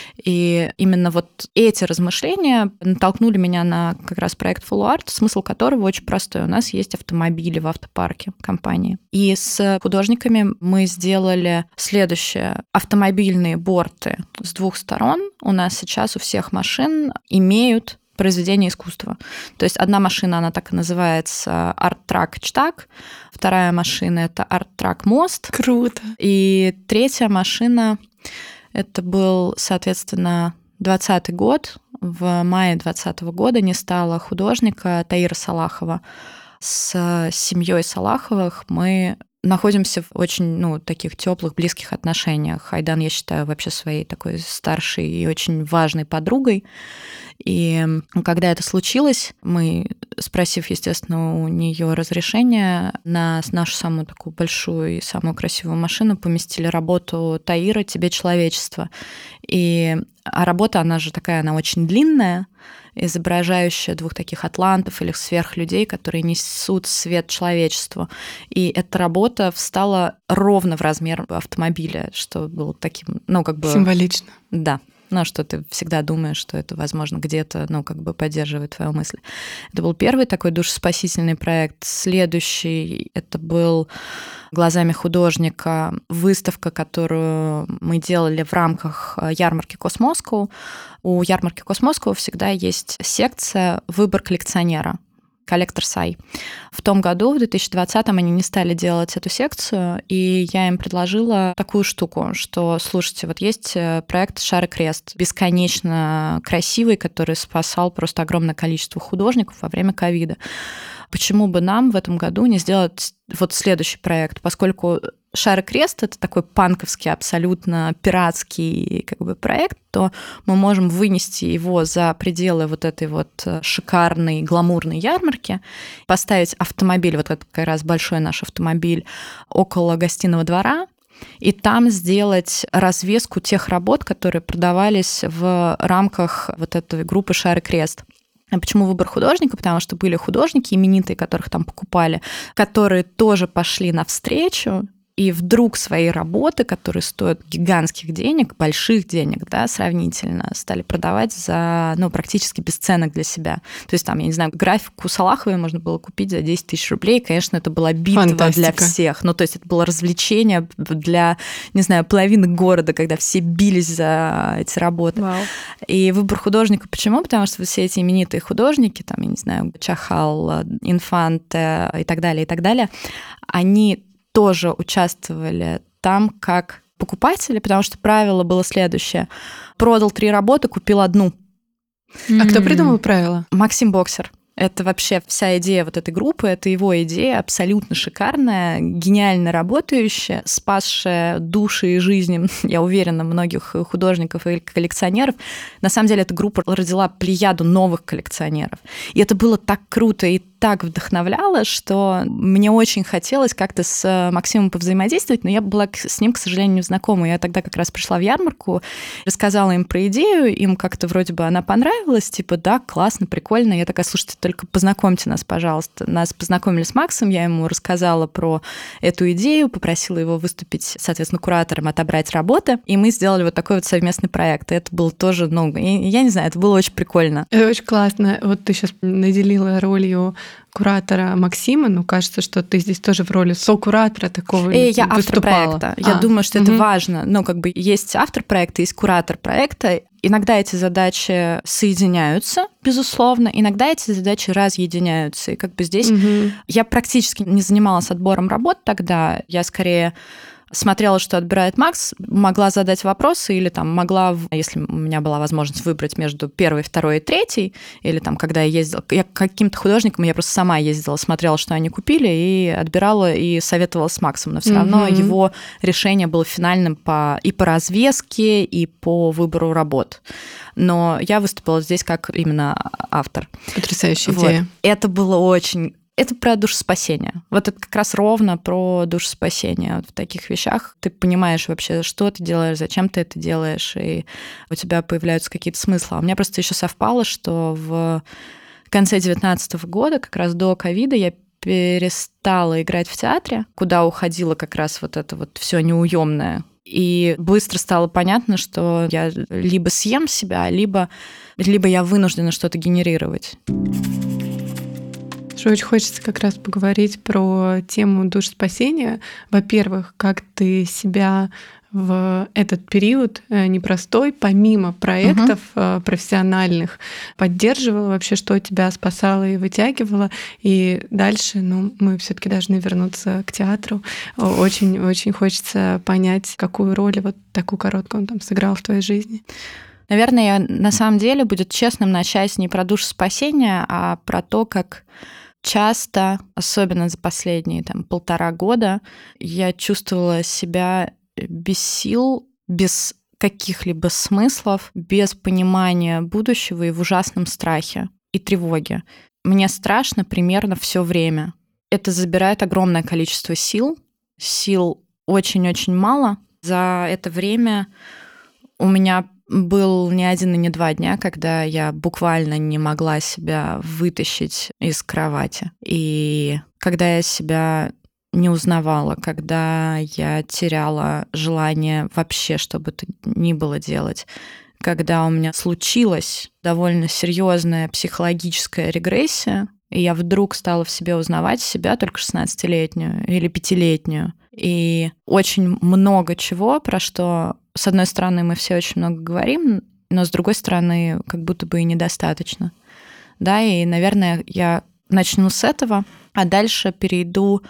И именно вот эти размышления натолкнули меня на как раз проект Follow Art, смысл которого очень простой. У нас есть автомобили в автопарке компании. И с художниками мы сделали следующее. Автомобильные борты с двух сторон у нас сейчас у всех машин имеют произведение искусства. То есть одна машина, она так и называется Арт-трак Чтак, вторая машина — это Арт-трак Мост. Круто. И третья машина — это был, соответственно, двадцатый год. В мае двадцатого года не стало художника Таира Салахова. С семьей Салаховых мы находимся в очень, ну, таких теплых, близких отношениях. Айдан я считаю вообще своей такой старшей и очень важной подругой. И когда это случилось, мы, спросив, естественно, у нее разрешения, на нашу самую такую большую и самую красивую машину поместили работу Таира «Тебе человечество». И а работа, она же такая, она очень длинная, изображающая двух таких атлантов или сверхлюдей, которые несут свет человечеству. И эта работа встала ровно в размер автомобиля, что было таким, ну, как бы... Символично. Да. Ну, что ты всегда думаешь, что это, возможно, где-то, ну, как бы поддерживает твою мысль. Это был первый такой душеспасительный проект. Следующий — это был «Глазами художника», выставка, которую мы делали в рамках ярмарки Космоскоу. У ярмарки Космоскоу всегда есть секция «Выбор коллекционера». Collector's Eye. В том году, в две тысячи двадцатом, они не стали делать эту секцию, и я им предложила такую штуку, что, слушайте, вот есть проект «Шар и крест», бесконечно красивый, который спасал просто огромное количество художников во время ковида. Почему бы нам в этом году не сделать вот следующий проект, поскольку «Шар и крест» — это такой панковский, абсолютно пиратский как бы проект, то мы можем вынести его за пределы вот этой вот шикарной, гламурной ярмарки, поставить автомобиль, вот этот как раз большой наш автомобиль, около гостиного двора, и там сделать развеску тех работ, которые продавались в рамках вот этой группы «Шар и крест». А почему выбор художника? Потому что были художники именитые, которых там покупали, которые тоже пошли навстречу И вдруг свои работы, которые стоят гигантских денег, больших денег, да, сравнительно, стали продавать за, ну, практически бесценок для себя. То есть там, я не знаю, графику Салаховой можно было купить за десять тысяч рублей. Конечно, это была битва Фантастика. для всех. Ну, то есть это было развлечение для, не знаю, половины города, когда все бились за эти работы. Вау. И выбор художника почему? Потому что все эти именитые художники, там, я не знаю, Чахал, Инфанте и так далее, и так далее, они тоже участвовали там как покупатели, потому что правило было следующее. Продал три работы, купил одну. А кто придумал правила? Максим Боксер. Это вообще вся идея вот этой группы, это его идея, абсолютно шикарная, гениально работающая, спасшая души и жизни, я уверена, многих художников и коллекционеров. На самом деле эта группа родила плеяду новых коллекционеров. И это было так круто и так вдохновляло, что мне очень хотелось как-то с Максимом повзаимодействовать, но я была с ним, к сожалению, не знакома. Я тогда как раз пришла в ярмарку, рассказала им про идею, им как-то вроде бы она понравилась, типа, да, классно, прикольно. Я такая, слушайте, только познакомьте нас, пожалуйста. Нас познакомили с Максом, я ему рассказала про эту идею, попросила его выступить, соответственно, куратором, отобрать работы, и мы сделали вот такой вот совместный проект. И это было тоже, ну, я, я не знаю, это было очень прикольно. Это очень классно. Вот ты сейчас наделила ролью куратора Максима, ну, кажется, что ты здесь тоже в роли сокуратора такого и я выступала. автор проекта. Я а, думаю, что угу. это важно. Ну, как бы есть автор проекта, есть куратор проекта. Иногда эти задачи соединяются, безусловно, иногда эти задачи разъединяются. И как бы здесь угу. я практически не занималась отбором работ тогда. Я скорее смотрела, что отбирает Макс, могла задать вопросы или там могла, если у меня была возможность выбрать между первой, второй и третьей, или там, когда я ездила, я к каким-то художникам, я просто сама ездила, смотрела, что они купили, и отбирала, и советовала с Максом, но все mm-hmm. равно его решение было финальным по, и по развеске, и по выбору работ. Но я выступила здесь как именно автор. Потрясающая вот. идея. Это было очень... Это про душеспасение. Вот это как раз ровно про душеспасение. Вот в таких вещах ты понимаешь вообще, что ты делаешь, зачем ты это делаешь, и у тебя появляются какие-то смыслы. А у меня просто еще совпало, что в конце девятнадцатого года, как раз до ковида, я перестала играть в театре, куда уходило как раз вот это вот все неуемное. И быстро стало понятно, что я либо съем себя, либо, либо я вынуждена что-то генерировать. Очень хочется как раз поговорить про тему душеспасения. Во-первых, как ты себя в этот период непростой, помимо проектов uh-huh. профессиональных, поддерживала, вообще, что тебя спасало и вытягивало. И дальше, ну, мы все-таки должны вернуться к театру. Очень-очень хочется понять, какую роль вот такую короткую он там сыграл в твоей жизни. Наверное, на самом деле будет честным начать не про душеспасение, а про то, как часто, особенно за последние там, полтора года, я чувствовала себя без сил, без каких-либо смыслов, без понимания будущего и в ужасном страхе и тревоге. Мне страшно примерно все время. Это забирает огромное количество сил. Сил очень-очень мало. За это время у меня был не один и не два дня, когда я буквально не могла себя вытащить из кровати. И когда я себя не узнавала, когда я теряла желание вообще что бы то ни было делать, когда у меня случилась довольно серьезная психологическая регрессия, и я вдруг стала в себе узнавать себя только шестнадцатилетнюю или пятилетнюю. И очень много чего, про что, с одной стороны, мы все очень много говорим, но с другой стороны, как будто бы и недостаточно. Да, и, наверное, я начну с этого, а дальше перейду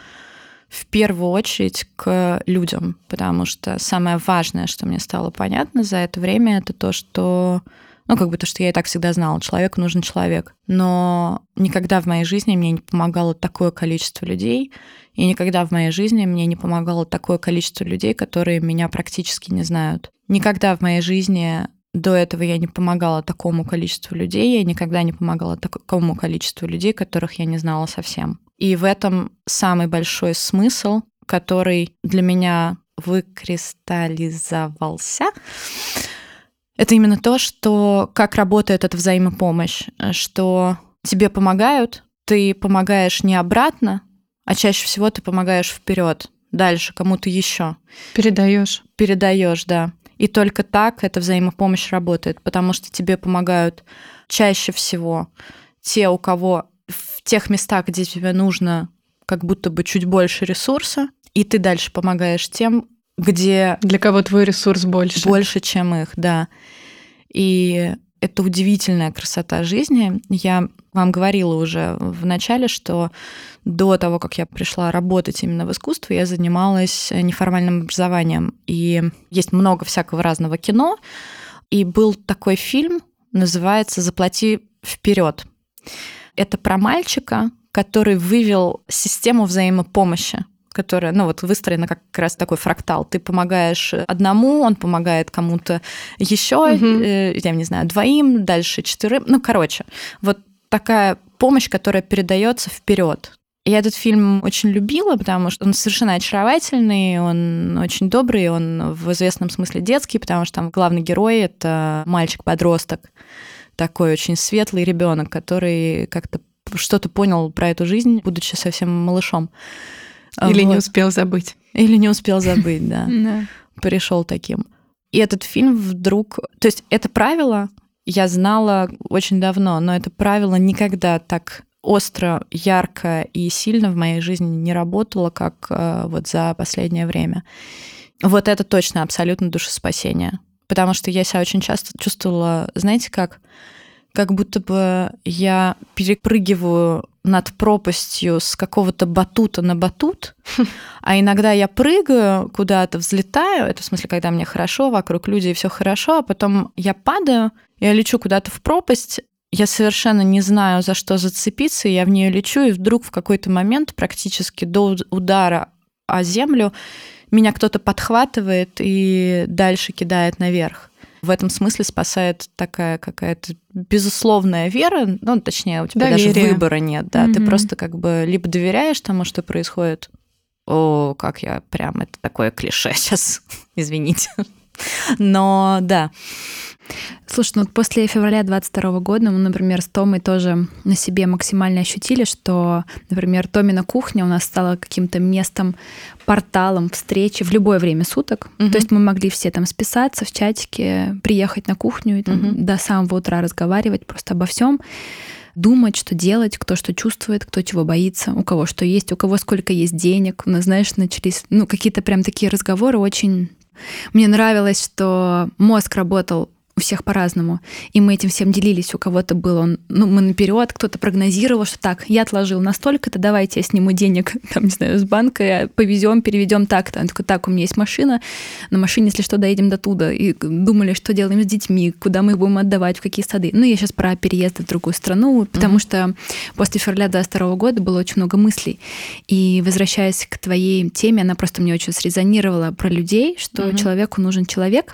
в первую очередь к людям, потому что самое важное, что мне стало понятно за это время, это то, что... Ну, как бы то, что я и так всегда знала, человеку нужен человек. Но никогда в моей жизни мне не помогало такое количество людей, и никогда в моей жизни мне не помогало такое количество людей, которые меня практически не знают. Никогда в моей жизни до этого я не помогала такому количеству людей, я никогда не помогала такому количеству людей, которых я не знала совсем. И в этом самый большой смысл, который для меня выкристаллизовался, это именно то, что как работает эта взаимопомощь, что тебе помогают, ты помогаешь не обратно, а чаще всего ты помогаешь вперед. дальше кому-то еще. Передаешь. Передаешь, да. И только так эта взаимопомощь работает, потому что тебе помогают чаще всего те, у кого в тех местах, где тебе нужно как будто бы чуть больше ресурса, и ты дальше помогаешь тем, где... Для кого твой ресурс больше. Больше, чем их, да. И это удивительная красота жизни. Я вам говорила уже в начале, что до того, как я пришла работать именно в искусстве, я занималась неформальным образованием. И есть много всякого разного кино. И был такой фильм, называется «Заплати вперед». Это про мальчика, который вывел систему взаимопомощи, которая, ну вот, выстроена как раз такой фрактал. Ты помогаешь одному, он помогает кому-то еще, угу. э, я не знаю, двоим, дальше четырем. Ну, короче, вот такая помощь, которая передается вперед. Я этот фильм очень любила, потому что он совершенно очаровательный, он очень добрый, он в известном смысле детский, потому что там главный герой — это мальчик-подросток, такой очень светлый ребенок, который как-то что-то понял про эту жизнь, будучи совсем малышом. Или вот. не успел забыть. Или не успел забыть, да. Пришел таким. И этот фильм вдруг... То есть это правило я знала очень давно, но это правило никогда так остро, ярко и сильно в моей жизни не работало, как вот за последнее время. Вот это точно абсолютно душеспасение. Потому что я себя очень часто чувствовала, знаете, как... как будто бы я перепрыгиваю над пропастью с какого-то батута на батут, а иногда я прыгаю куда-то, взлетаю, это в смысле, когда мне хорошо, вокруг люди и все хорошо, а потом я падаю, я лечу куда-то в пропасть, я совершенно не знаю, за что зацепиться, я в нее лечу, и вдруг в какой-то момент, практически до удара о землю, меня кто-то подхватывает и дальше кидает наверх. В этом смысле спасает такая какая-то безусловная вера, ну, точнее, у тебя доверие. Даже выбора нет, да, Mm-hmm. ты просто как бы либо доверяешь тому, что происходит, о, как я прям, это такое клише сейчас, извините, но да. Слушай, ну вот после февраля двадцать второго года мы, например, с Томой тоже на себе максимально ощутили, что, например, Томина кухня у нас стала каким-то местом, порталом встречи в любое время суток. Угу. То есть мы могли все там списаться в чатике, приехать на кухню и там, угу. до самого утра разговаривать просто обо всем, думать, что делать, кто что чувствует, кто чего боится, у кого что есть, у кого сколько есть денег. У нас, знаешь, начались ну, какие-то прям такие разговоры очень... Мне нравилось, что мозг работал у всех по-разному. И мы этим всем делились. У кого-то был он, ну, мы наперед, кто-то прогнозировал, что так, я отложил настолько-то, давайте я сниму денег, там, не знаю, с банка, повезем, переведем так-то. Он такой, так, у меня есть машина, на машине, если что, доедем до туда. И думали, что делаем с детьми, куда мы их будем отдавать, в какие сады. Ну, я сейчас про переезд в другую страну, потому mm-hmm. что после февраля двадцать второго года было очень много мыслей. И возвращаясь к твоей теме, она просто мне очень срезонировала про людей, что mm-hmm. человеку нужен человек.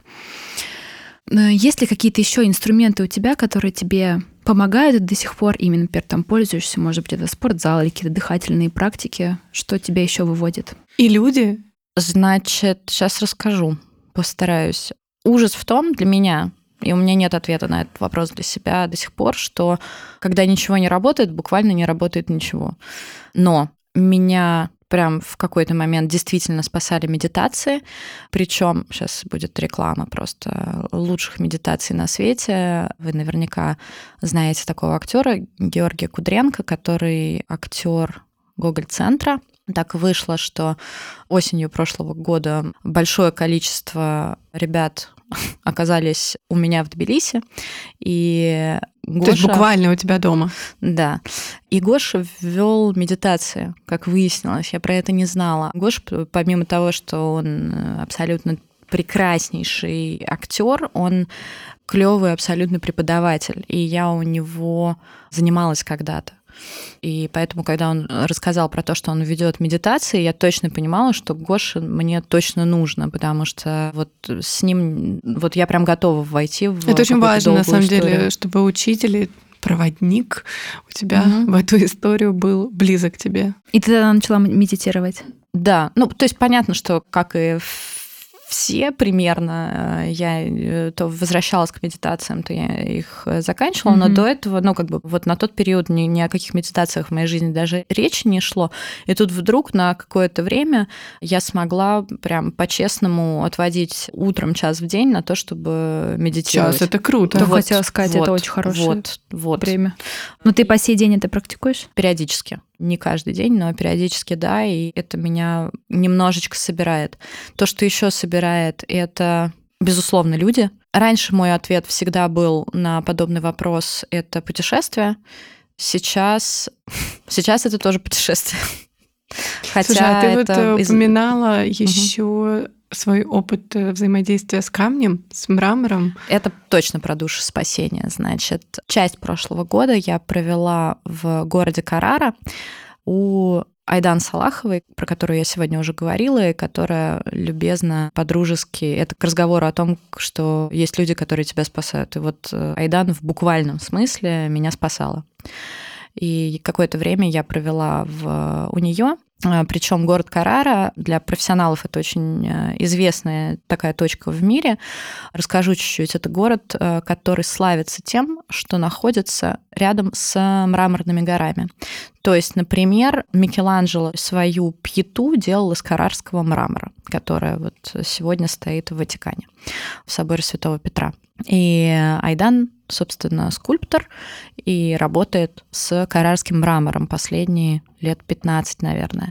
Есть ли какие-то еще инструменты у тебя, которые тебе помогают до сих пор, именно, например, там пользуешься, может быть, это спортзал или какие-то дыхательные практики, что тебя еще выводит? И люди? Значит, сейчас расскажу, постараюсь. Ужас в том для меня, и у меня нет ответа на этот вопрос для себя до сих пор, что когда ничего не работает, буквально не работает ничего. Но меня... прям в какой-то момент действительно спасали медитации. Причем сейчас будет реклама просто лучших медитаций на свете. Вы наверняка знаете такого актера Георгия Кудренко, который актер Гоголь-центра. Так вышло, что осенью прошлого года большое количество ребят оказались у меня в Тбилиси, и Гоша... То есть буквально у тебя дома? Да. И Гоша ввел медитации, как выяснилось, я про это не знала. Гоша, помимо того, что он абсолютно прекраснейший актер, он клевый абсолютно преподаватель, и я у него занималась когда-то. И поэтому, когда он рассказал про то, что он ведет медитации, я точно понимала, что Гоше мне точно нужно, потому что вот с ним, вот я прям готова войти в Это очень важно, на самом историю. деле, чтобы учитель и проводник у тебя угу. в эту историю был близок к тебе. И ты тогда начала медитировать? Да, ну то есть понятно, что как и все примерно. Я то возвращалась к медитациям, то я их заканчивала, mm-hmm. но до этого, ну, как бы вот на тот период ни, ни о каких медитациях в моей жизни даже речи не шло. И тут вдруг на какое-то время я смогла прям по-честному отводить утром час в день на то, чтобы медитировать. Час, это круто. Да, вот, хотела сказать, вот, это очень хорошее вот, вот. время. Но ты по сей день это практикуешь? Периодически. Не каждый день, но периодически, да, и это меня немножечко собирает. То, что еще собирает, это, безусловно, люди. Раньше мой ответ всегда был на подобный вопрос – это путешествие. Сейчас, сейчас это тоже путешествие. Хотя Слушай, а ты это вот из... упоминала угу. еще свой опыт взаимодействия с камнем, с мрамором. Это точно про душеспасение. Значит, часть прошлого года я провела в городе Каррара у Айдан Салаховой, про которую я сегодня уже говорила, и которая любезно, по-дружески... Это к разговору о том, что есть люди, которые тебя спасают. И вот Айдан в буквальном смысле меня спасала. И какое-то время я провела в, у нее. Причем город Каррара для профессионалов это очень известная такая точка в мире. Расскажу чуть-чуть. Это город, который славится тем, что находится рядом с мраморными горами. То есть, например, Микеланджело свою пьету делал из каррарского мрамора, которая вот сегодня стоит в Ватикане, в соборе Святого Петра. И Айдан, собственно, скульптор и работает с каррарским мрамором последние лет пятнадцать, наверное.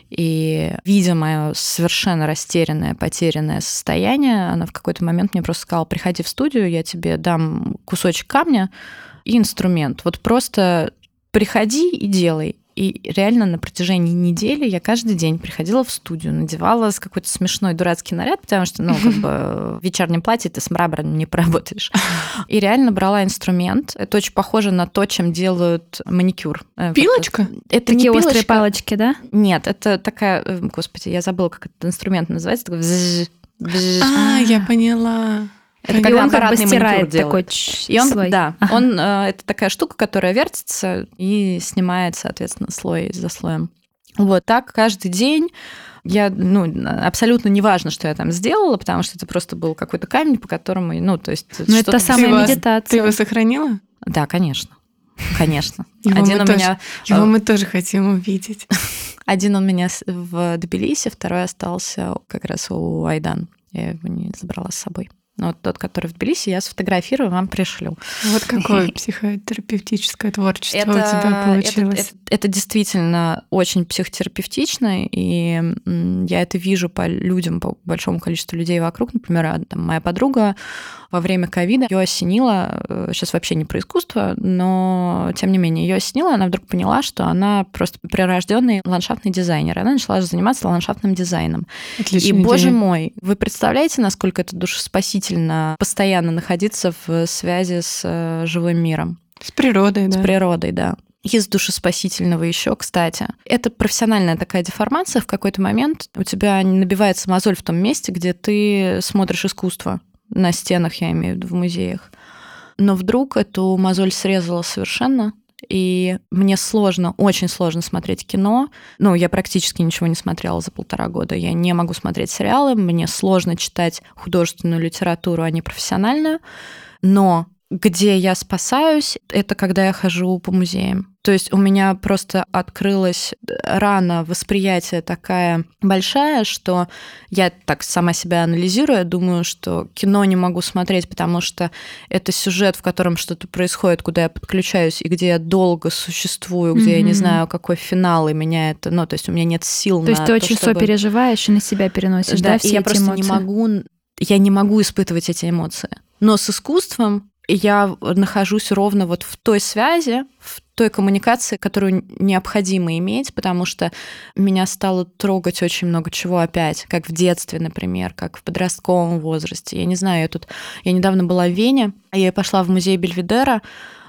И, видя мое совершенно растерянное, потерянное состояние, она в какой-то момент мне просто сказала: приходи в студию, я тебе дам кусочек камня и инструмент. Вот просто приходи и делай. И реально на протяжении недели я каждый день приходила в студию, надевала какой-то смешной дурацкий наряд, потому что, ну, как бы в вечернем платье ты с мрамором не поработаешь. И реально брала инструмент. Это очень похоже на то, чем делают маникюр. Пилочка? Это Такие не пилочка. острые палочки, да? Нет, это такая... Господи, я забыла, как этот инструмент называется. Такой бзж, бзж. А, я поняла. Это и когда он как бы аппаратный стирает маникюр такой делает. И он, слой. да, Ага. он, это такая штука, которая вертится и снимает, соответственно, слой за слоем. Вот так каждый день. Я, ну, абсолютно не важно, что я там сделала, потому что это просто был какой-то камень, по которому, ну, то есть... Но это та самая его, медитация. Ты его сохранила? Да, конечно. Конечно. Его, Один мы, у тоже, меня... его мы тоже хотим увидеть. Один у меня в Тбилиси, второй остался как раз у Айдан. Я его не забрала с собой. Но вот тот, который в Тбилиси, я сфотографирую, вам пришлю. Вот какое психотерапевтическое творчество это, у тебя получилось. Это, это, это действительно очень психотерапевтично, и я это вижу по людям, по большому количеству людей вокруг. Например, там, моя подруга во время ковида, ее осенило, сейчас вообще не про искусство, но тем не менее, ее осенило, она вдруг поняла, что она просто прирожденный ландшафтный дизайнер. Она начала заниматься ландшафтным дизайном. Отличная и, идея. боже мой, вы представляете, насколько это душеспасительно постоянно находиться в связи с живым миром? С природой, С да. природой, да. Из душеспасительного еще, кстати. Это профессиональная такая деформация. В какой-то момент у тебя набивается мозоль в том месте, где ты смотришь искусство. На стенах, я имею в виду, в музеях. Но вдруг эту мозоль срезала совершенно, и мне сложно, очень сложно смотреть кино. Ну, я практически ничего не смотрела за полтора года. Я не могу смотреть сериалы, мне сложно читать художественную литературу, а не профессиональную. Но где я спасаюсь, это когда я хожу по музеям. То есть у меня просто открылась рана восприятия такая большая, что я так сама себя анализирую, думаю, что кино не могу смотреть, потому что это сюжет, в котором что-то происходит, куда я подключаюсь, и где я долго существую, где mm-hmm. я не знаю, какой финал, и меня это... Ну, то есть у меня нет сил то на то, То есть ты очень чтобы... сопереживаешь и на себя переносишь, да, да, все и я эти просто эмоции? не могу... Я не могу испытывать эти эмоции. Но с искусством я нахожусь ровно вот в той связи, в той коммуникации, которую необходимо иметь, потому что меня стало трогать очень много чего опять, как в детстве, например, как в подростковом возрасте. Я не знаю, я тут... Я недавно была в Вене, я пошла в музей Бельведера.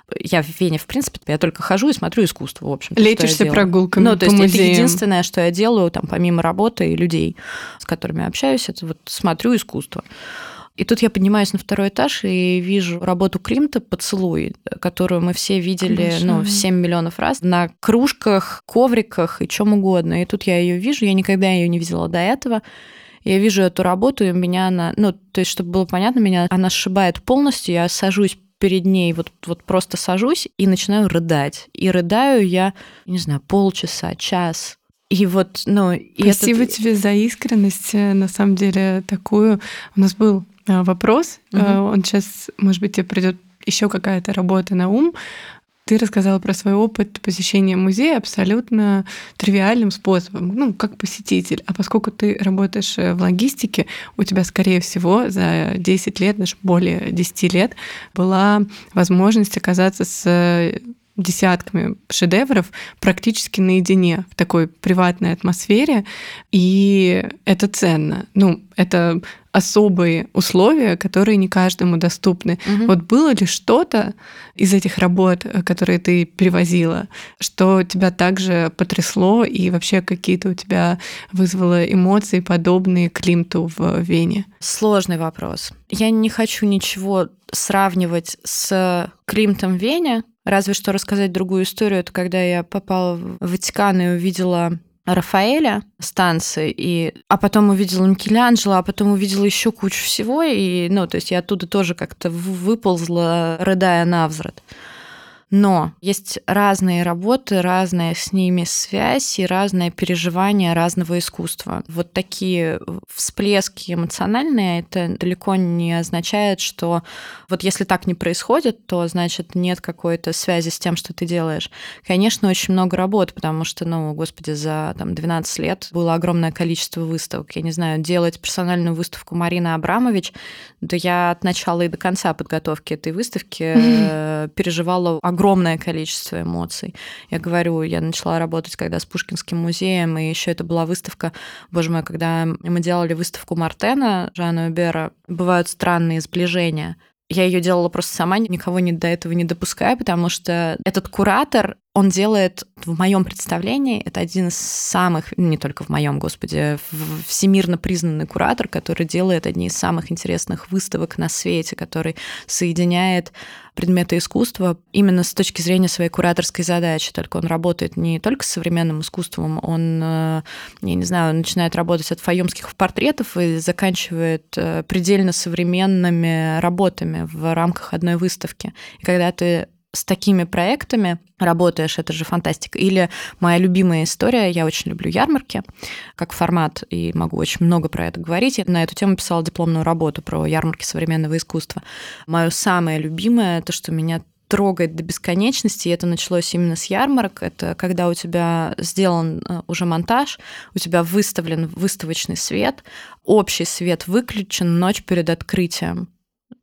Я в Вене, в принципе, я только хожу и смотрю искусство, в общем. Лечишься прогулками ну, по то есть музеям. Это единственное, что я делаю, там, помимо работы и людей, с которыми общаюсь, это вот смотрю искусство. И тут я поднимаюсь на второй этаж и вижу работу Климта «Поцелуй», которую мы все видели ну, семь миллионов раз на кружках, ковриках и чем угодно. И тут я ее вижу, я никогда ее не видела до этого. Я вижу эту работу, и меня она... Ну, то есть, чтобы было понятно, меня она сшибает полностью, я сажусь перед ней, вот, вот просто сажусь и начинаю рыдать. И рыдаю я, не знаю, полчаса, час. И вот, ну... И Спасибо этот... тебе за искренность, на самом деле, такую. У нас был вопрос, угу. Он сейчас, может быть, тебе придет еще какая-то работа на ум. Ты рассказала про свой опыт посещения музея абсолютно тривиальным способом, ну, как посетитель. А поскольку ты работаешь в логистике, у тебя, скорее всего, за десять лет, даже более десяти лет, была возможность оказаться с десятками шедевров практически наедине в такой приватной атмосфере, и это ценно. Ну, это особые условия, которые не каждому доступны. Угу. Вот было ли что-то из этих работ, которые ты перевозила, что тебя также потрясло и вообще какие-то у тебя вызвало эмоции, подобные Климту в Вене? Сложный вопрос. Я не хочу ничего сравнивать с Климтом в Вене, разве что рассказать другую историю. Это когда я попала в Ватикан и увидела Рафаэля станции, и... а потом увидела Микеланджело, а потом увидела еще кучу всего, и, ну, то есть я оттуда тоже как-то выползла, рыдая навзрыд. Но есть разные работы, разная с ними связь и разное переживание разного искусства. Вот такие всплески эмоциональные, это далеко не означает, что вот если так не происходит, то, значит, нет какой-то связи с тем, что ты делаешь. Конечно, очень много работ, потому что, ну, господи, за там, двенадцать лет было огромное количество выставок. Я не знаю, делать персональную выставку Марины Абрамович, да я от начала и до конца подготовки этой выставки mm-hmm. переживала огромное огромное количество эмоций. Я говорю, я начала работать когда с Пушкинским музеем, и еще это была выставка, боже мой, когда мы делали выставку Мартена, Жана Убера, бывают странные сближения. Я ее делала просто сама, никого не, до этого не допуская, потому что этот куратор, он делает, в моем представлении, это один из самых, не только в моем, господи, всемирно признанный куратор, который делает одни из самых интересных выставок на свете, который соединяет предметы искусства именно с точки зрения своей кураторской задачи. Только он работает не только с современным искусством, он, я не знаю, начинает работать от файомских портретов и заканчивает предельно современными работами в рамках одной выставки. И когда ты с такими проектами работаешь, это же фантастика. Или моя любимая история, я очень люблю ярмарки как формат, и могу очень много про это говорить. Я на эту тему писала дипломную работу про ярмарки современного искусства. Моё самое любимое, то, что меня трогает до бесконечности, и это началось именно с ярмарок, это когда у тебя сделан уже монтаж, у тебя выставлен выставочный свет, общий свет выключен, ночь перед открытием.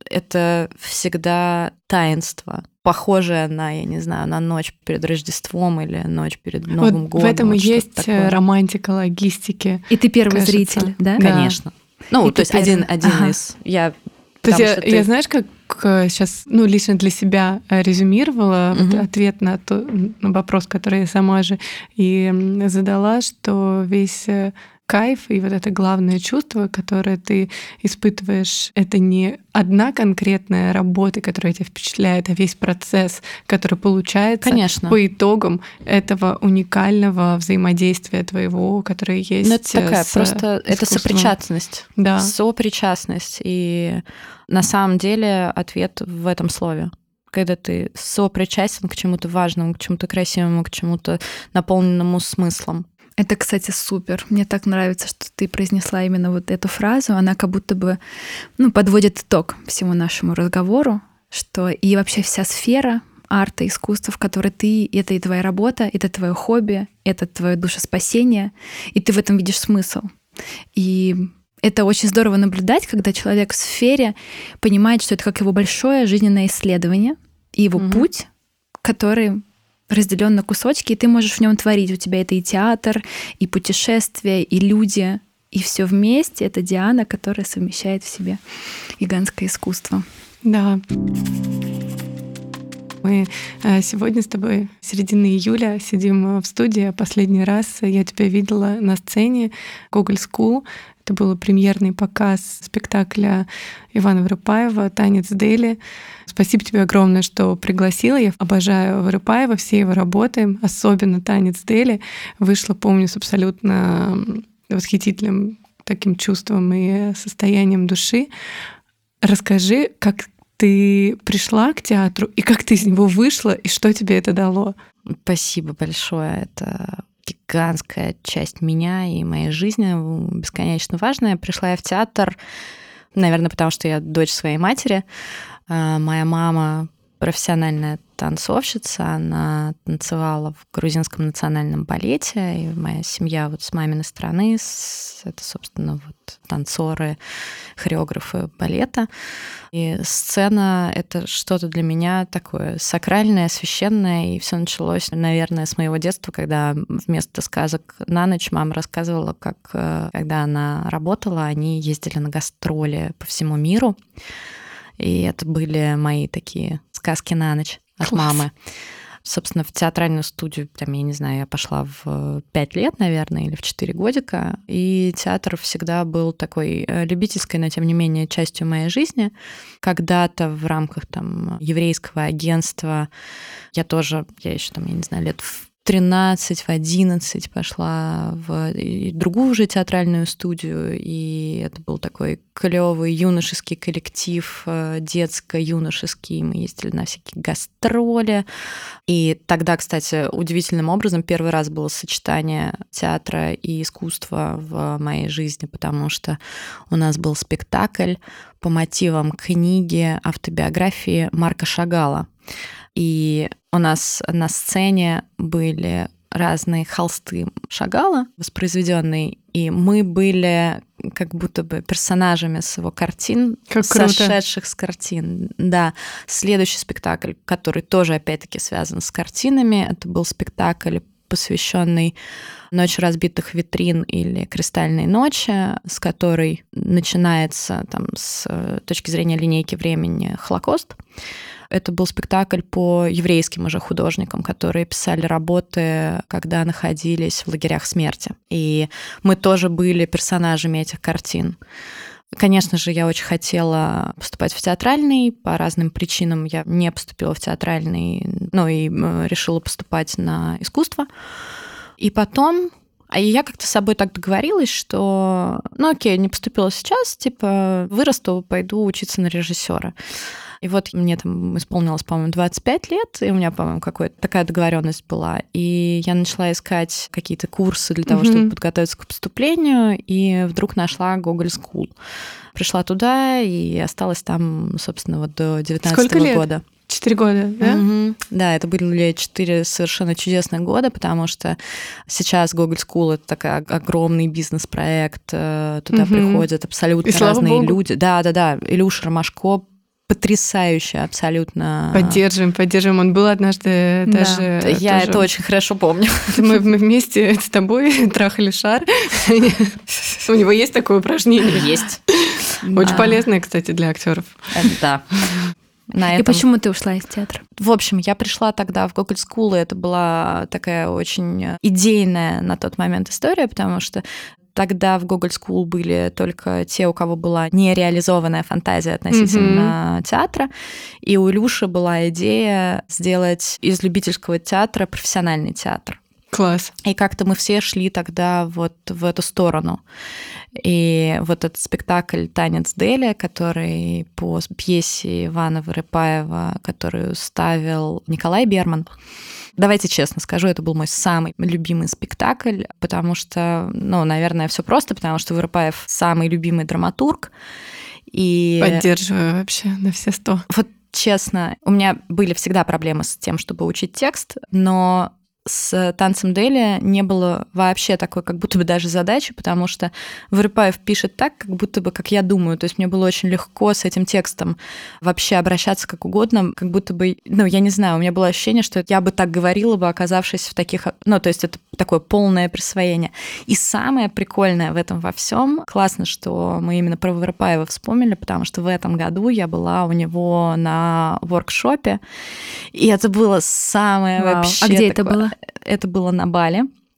Это всегда таинство, похожее на, я не знаю, на ночь перед Рождеством или ночь перед Новым вот годом. В этом вот и есть такое. Романтика логистики. И ты первый кажется. Зритель, да? Конечно. Ну, и то есть один, один ага. из... Я, то есть я, ты... я, знаешь, как сейчас, ну, лично для себя резюмировала угу. вот ответ на, то, на вопрос, который я сама же и задала, что весь... кайф и вот это главное чувство, которое ты испытываешь, это не одна конкретная работа, которая тебя впечатляет, а весь процесс, который получается Конечно. По итогам этого уникального взаимодействия твоего, которое есть. Ну, это такая с просто искусством. Это сопричастность. Да. Сопричастность. И на самом деле ответ в этом слове. Когда ты сопричастен к чему-то важному, к чему-то красивому, к чему-то наполненному смыслом. Это, кстати, супер. Мне так нравится, что ты произнесла именно вот эту фразу. Она как будто бы ну, подводит итог всему нашему разговору, что и вообще вся сфера арта, искусства, в которой ты, это и твоя работа, это твое хобби, это твое душеспасение, и ты в этом видишь смысл. И это очень здорово наблюдать, когда человек в сфере понимает, что это как его большое жизненное исследование и его mm-hmm. путь, который разделен на кусочки, и ты можешь в нем творить. У тебя это и театр, и путешествия, и люди, и все вместе. Это Диана, которая совмещает в себе гигантское искусство. Да. Мы сегодня с тобой середины июля сидим в студии. Последний раз я тебя видела на сцене Гоголь School. Это был премьерный показ спектакля Ивана Вырыпаева «Танец Дели». Спасибо тебе огромное, что пригласила. Я обожаю Вырыпаева, все его работы, особенно «Танец Дели». Вышла, помню, с абсолютно восхитительным таким чувствам и состоянием души. Расскажи, как ты пришла к театру, и как ты из него вышла, и что тебе это дало? Спасибо большое. Это гигантская часть меня и моей жизни, бесконечно важная. Пришла я в театр, наверное, потому что я дочь своей матери. Моя мама профессиональная танцовщица, она танцевала в грузинском национальном балете, и моя семья вот с маминой стороны, это, собственно, вот танцоры, хореографы балета. И сцена — это что-то для меня такое сакральное, священное, и все началось, наверное, с моего детства, когда вместо сказок на ночь мама рассказывала, как, когда она работала, они ездили на гастроли по всему миру, и это были мои такие сказки на ночь от Класс. Мамы. Собственно, в театральную студию, там, я не знаю, я пошла в пять лет, наверное, или в четыре годика, и театр всегда был такой любительской, но, тем не менее, частью моей жизни. Когда-то в рамках там еврейского агентства я тоже, я еще там, я не знаю, лет в тринадцать, в одиннадцать пошла в другую уже театральную студию, и это был такой клёвый юношеский коллектив, детско-юношеский. Мы ездили на всякие гастроли. И тогда, кстати, удивительным образом первый раз было сочетание театра и искусства в моей жизни, потому что у нас был спектакль по мотивам книги автобиографии Марка Шагала. И у нас на сцене были разные холсты Шагала, воспроизведенные, и мы были как будто бы персонажами с его картин, как круто. Сошедших с картин. Да. Следующий спектакль, который тоже, опять-таки, связан с картинами, это был спектакль, посвященный «Ночь разбитых витрин» или «Кристальной ночи», с которой начинается там, с точки зрения линейки времени Холокост. Это был спектакль по еврейским уже художникам, которые писали работы, когда находились в лагерях смерти. И мы тоже были персонажами этих картин. Конечно же, я очень хотела поступать в театральный. По разным причинам я не поступила в театральный, ну и решила поступать на искусство. И потом... А я как-то с собой так договорилась, что, ну окей, не поступила сейчас, типа вырасту, пойду учиться на режиссера. И вот мне там исполнилось, по-моему, двадцать пять лет, и у меня, по-моему, какая-то такая договоренность была. И я начала искать какие-то курсы для того, mm-hmm. чтобы подготовиться к поступлению, и вдруг нашла Google School. Пришла туда и осталась там, собственно, вот до девятнадцатого года. Четыре года, да? Mm-hmm. Да, это были четыре совершенно чудесных года, потому что сейчас Google School — это такой огромный бизнес-проект, туда mm-hmm. приходят абсолютно и разные люди. Да-да-да, Илюша Ромашко потрясающе абсолютно. Поддерживаем, поддерживаем. Он был однажды да. даже... Я тоже... это очень хорошо помню. Мы, мы вместе с тобой трахали шар. У него есть такое упражнение? Есть. Очень полезное, кстати, для актеров. Да. На этом... И почему ты ушла из театра? В общем, я пришла тогда в Google School, и это была такая очень идейная на тот момент история, потому что тогда в Google School были только те, у кого была нереализованная фантазия относительно mm-hmm. театра. И у Илюши была идея сделать из любительского театра профессиональный театр. Класс. И как-то мы все шли тогда вот в эту сторону. И вот этот спектакль «Танец Дели», который по пьесе Ивана Вырыпаева, которую ставил Николай Берман. Давайте честно скажу, это был мой самый любимый спектакль, потому что, ну, наверное, все просто, потому что Вырыпаев самый любимый драматург. И... Поддерживаю вообще на все сто. Вот честно, у меня были всегда проблемы с тем, чтобы учить текст, но с «Танцем Дели» не было вообще такой, как будто бы даже задачи, потому что Вырыпаев пишет так, как будто бы, как я думаю. То есть мне было очень легко с этим текстом вообще обращаться как угодно, как будто бы, ну, я не знаю, у меня было ощущение, что я бы так говорила бы, оказавшись в таких... Ну, то есть это такое полное присвоение. И самое прикольное в этом во всем, классно, что мы именно про Вырыпаева вспомнили, потому что в этом году я была у него на воркшопе, и это было самое Вау. вообще... А где такое... это было? Это было на Бали.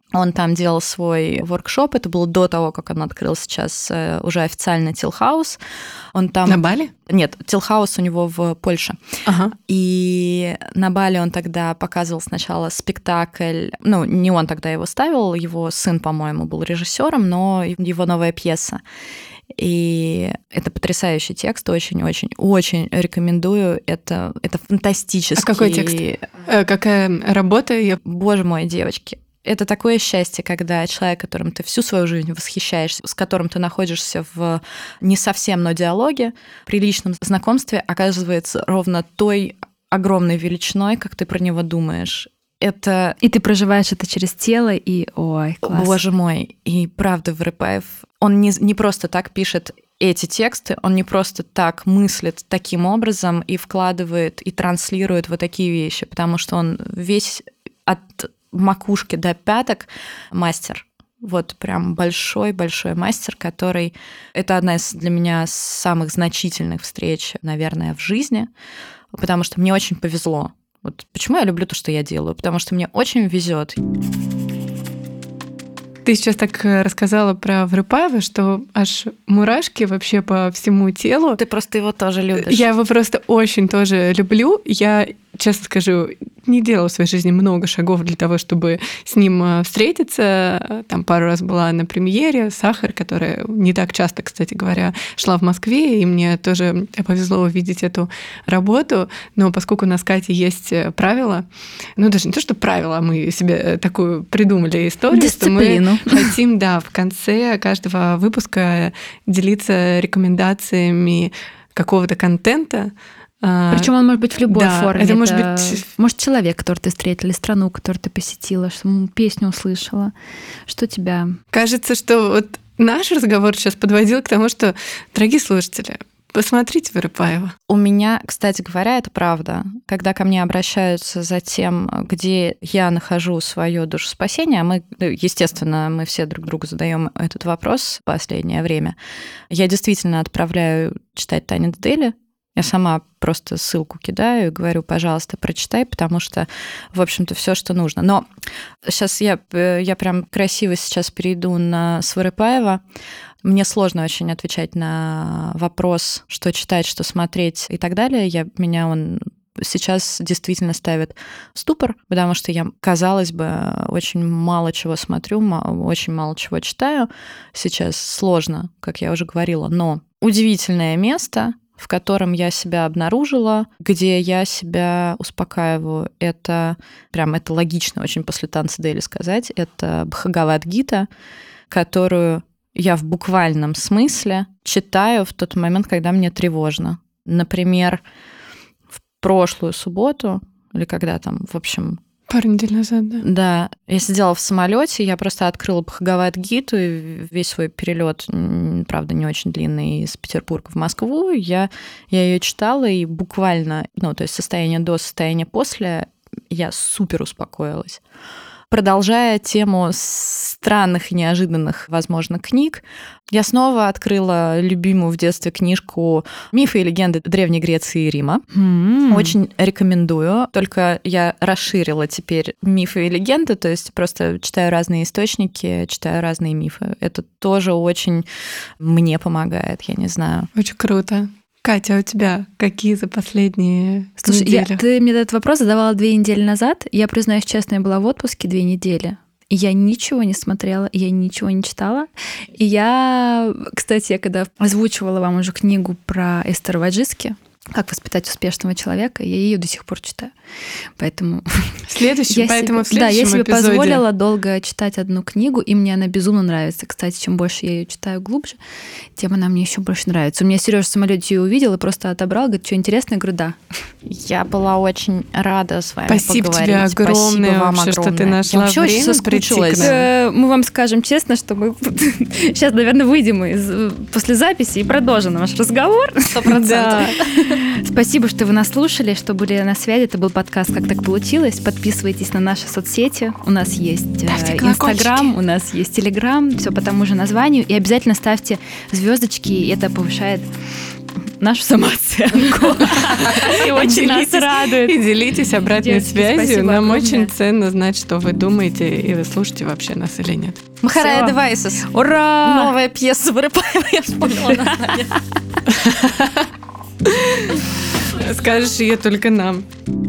Он там делал свой воркшоп. Это было до того, как он открыл сейчас уже официально Till House. Он там... На Бали? Нет, Till House у него в Польше. Ага. И на Бали он тогда показывал сначала спектакль. Ну, не он тогда его ставил, его сын, по-моему, был режиссером, но его новая пьеса. И это потрясающий текст, очень-очень-очень рекомендую. Это, это фантастический... А какой текст? Э, какая работа? Я... Боже мой, девочки. Это такое счастье, когда человек, которым ты всю свою жизнь восхищаешься, с которым ты находишься в не совсем, но диалоге, при личном знакомстве, оказывается ровно той огромной величиной, как ты про него думаешь. Это... И ты проживаешь это через тело, и ой, класс. Боже мой, и правда, Вырыпаев, он не, не просто так пишет эти тексты, он не просто так мыслит таким образом и вкладывает, и транслирует вот такие вещи, потому что он весь от макушки до пяток мастер. Вот прям большой-большой мастер, который... Это одна из для меня самых значительных встреч, наверное, в жизни, потому что мне очень повезло. Вот почему я люблю то, что я делаю? Потому что мне очень везет. Ты сейчас так рассказала про Вырыпаева, что аж мурашки вообще по всему телу. Ты просто его тоже любишь. Я его просто очень тоже люблю. Я, честно скажу, не делала в своей жизни много шагов для того, чтобы с ним встретиться. Там пару раз была на премьере «Сахар», которая не так часто, кстати говоря, шла в Москве, и мне тоже повезло увидеть эту работу. Но поскольку у нас, Катя, есть правила, ну даже не то, что правила, мы себе такую придумали историю, дисциплину. Что мы хотим, да, в конце каждого выпуска делиться рекомендациями какого-то контента. Причем он может быть в любой да, форме. Это, это может быть может человек, который ты встретила, или страну, которую ты посетила, что песню услышала. Что тебя... Кажется, что вот наш разговор сейчас подводил к тому, что, дорогие слушатели, посмотрите Вырыпаева. У меня, кстати говоря, это правда. Когда ко мне обращаются за тем, где я нахожу свое душеспасение, мы, естественно, мы все друг другу задаем этот вопрос в последнее время. Я действительно отправляю читать Таня Дедели. Я сама просто ссылку кидаю и говорю, пожалуйста, прочитай, потому что, в общем-то, все, что нужно. Но сейчас я, я прям красиво сейчас перейду на Вырыпаева. Мне сложно очень отвечать на вопрос, что читать, что смотреть и так далее. Я, меня он сейчас действительно ставит в ступор, потому что я, казалось бы, очень мало чего смотрю, очень мало чего читаю. Сейчас сложно, как я уже говорила, но удивительное место, в котором я себя обнаружила, где я себя успокаиваю. Это прям это логично очень после танца Дели сказать. Это Бхагавад-гита, которую я в буквальном смысле читаю в тот момент, когда мне тревожно. Например, в прошлую субботу, или когда там, в общем... Пару недель назад, да. Да, я сидела в самолете, я просто открыла Бхагавад-гиту, и весь свой перелет, правда, не очень длинный, из Петербурга в Москву, я, я ее читала, и буквально, ну, то есть состояние до, состояние после, я супер успокоилась. Продолжая тему странных и неожиданных, возможно, книг, я снова открыла любимую в детстве книжку «Мифы и легенды Древней Греции и Рима». Mm. Очень рекомендую. Только я расширила теперь мифы и легенды, то есть просто читаю разные источники, читаю разные мифы. Это тоже очень мне помогает, я не знаю. Очень круто. Катя, а у тебя какие за последние Слушай, недели? Я, ты мне этот вопрос задавала две недели назад. Я, признаюсь честно, я была в отпуске две недели. И я ничего не смотрела, я ничего не читала. И я, кстати, я когда озвучивала вам уже книгу про Эстер Ваджиски, «Как воспитать успешного человека», я ее до сих пор читаю. Поэтому... Следующий, поэтому себе, в следующем Да, я себе эпизоде. позволила долго читать одну книгу, и мне она безумно нравится. Кстати, чем больше я ее читаю глубже, тем она мне еще больше нравится. У меня Сережа в самолете ее увидел и просто отобрал, говорит, что интересное, я говорю, да. Я была очень рада с вами Спасибо поговорить. тебе огромное, Спасибо вам вообще, огромное. что ты нашла я время соскучилась. прийти. Мы вам скажем честно, что мы сейчас, наверное, выйдем из... после записи и продолжим наш разговор. Сто процентов. Спасибо, что вы нас слушали, что были на связи. Это был подкаст «Как так получилось». Подписывайтесь на наши соцсети. У нас есть Инстаграм, у нас есть Телеграм. Все по тому же названию. И обязательно ставьте звездочки. Это повышает нашу самооценку. И очень нас радует. И делитесь обратной Девочки, связью. спасибо Нам огромное. очень ценно знать, что вы думаете, и вы слушаете вообще нас или нет. Махарая Всё. Девайсес. Ура! Новая пьеса Вырыпаева, я вспомнила название. Скажешь ее только нам.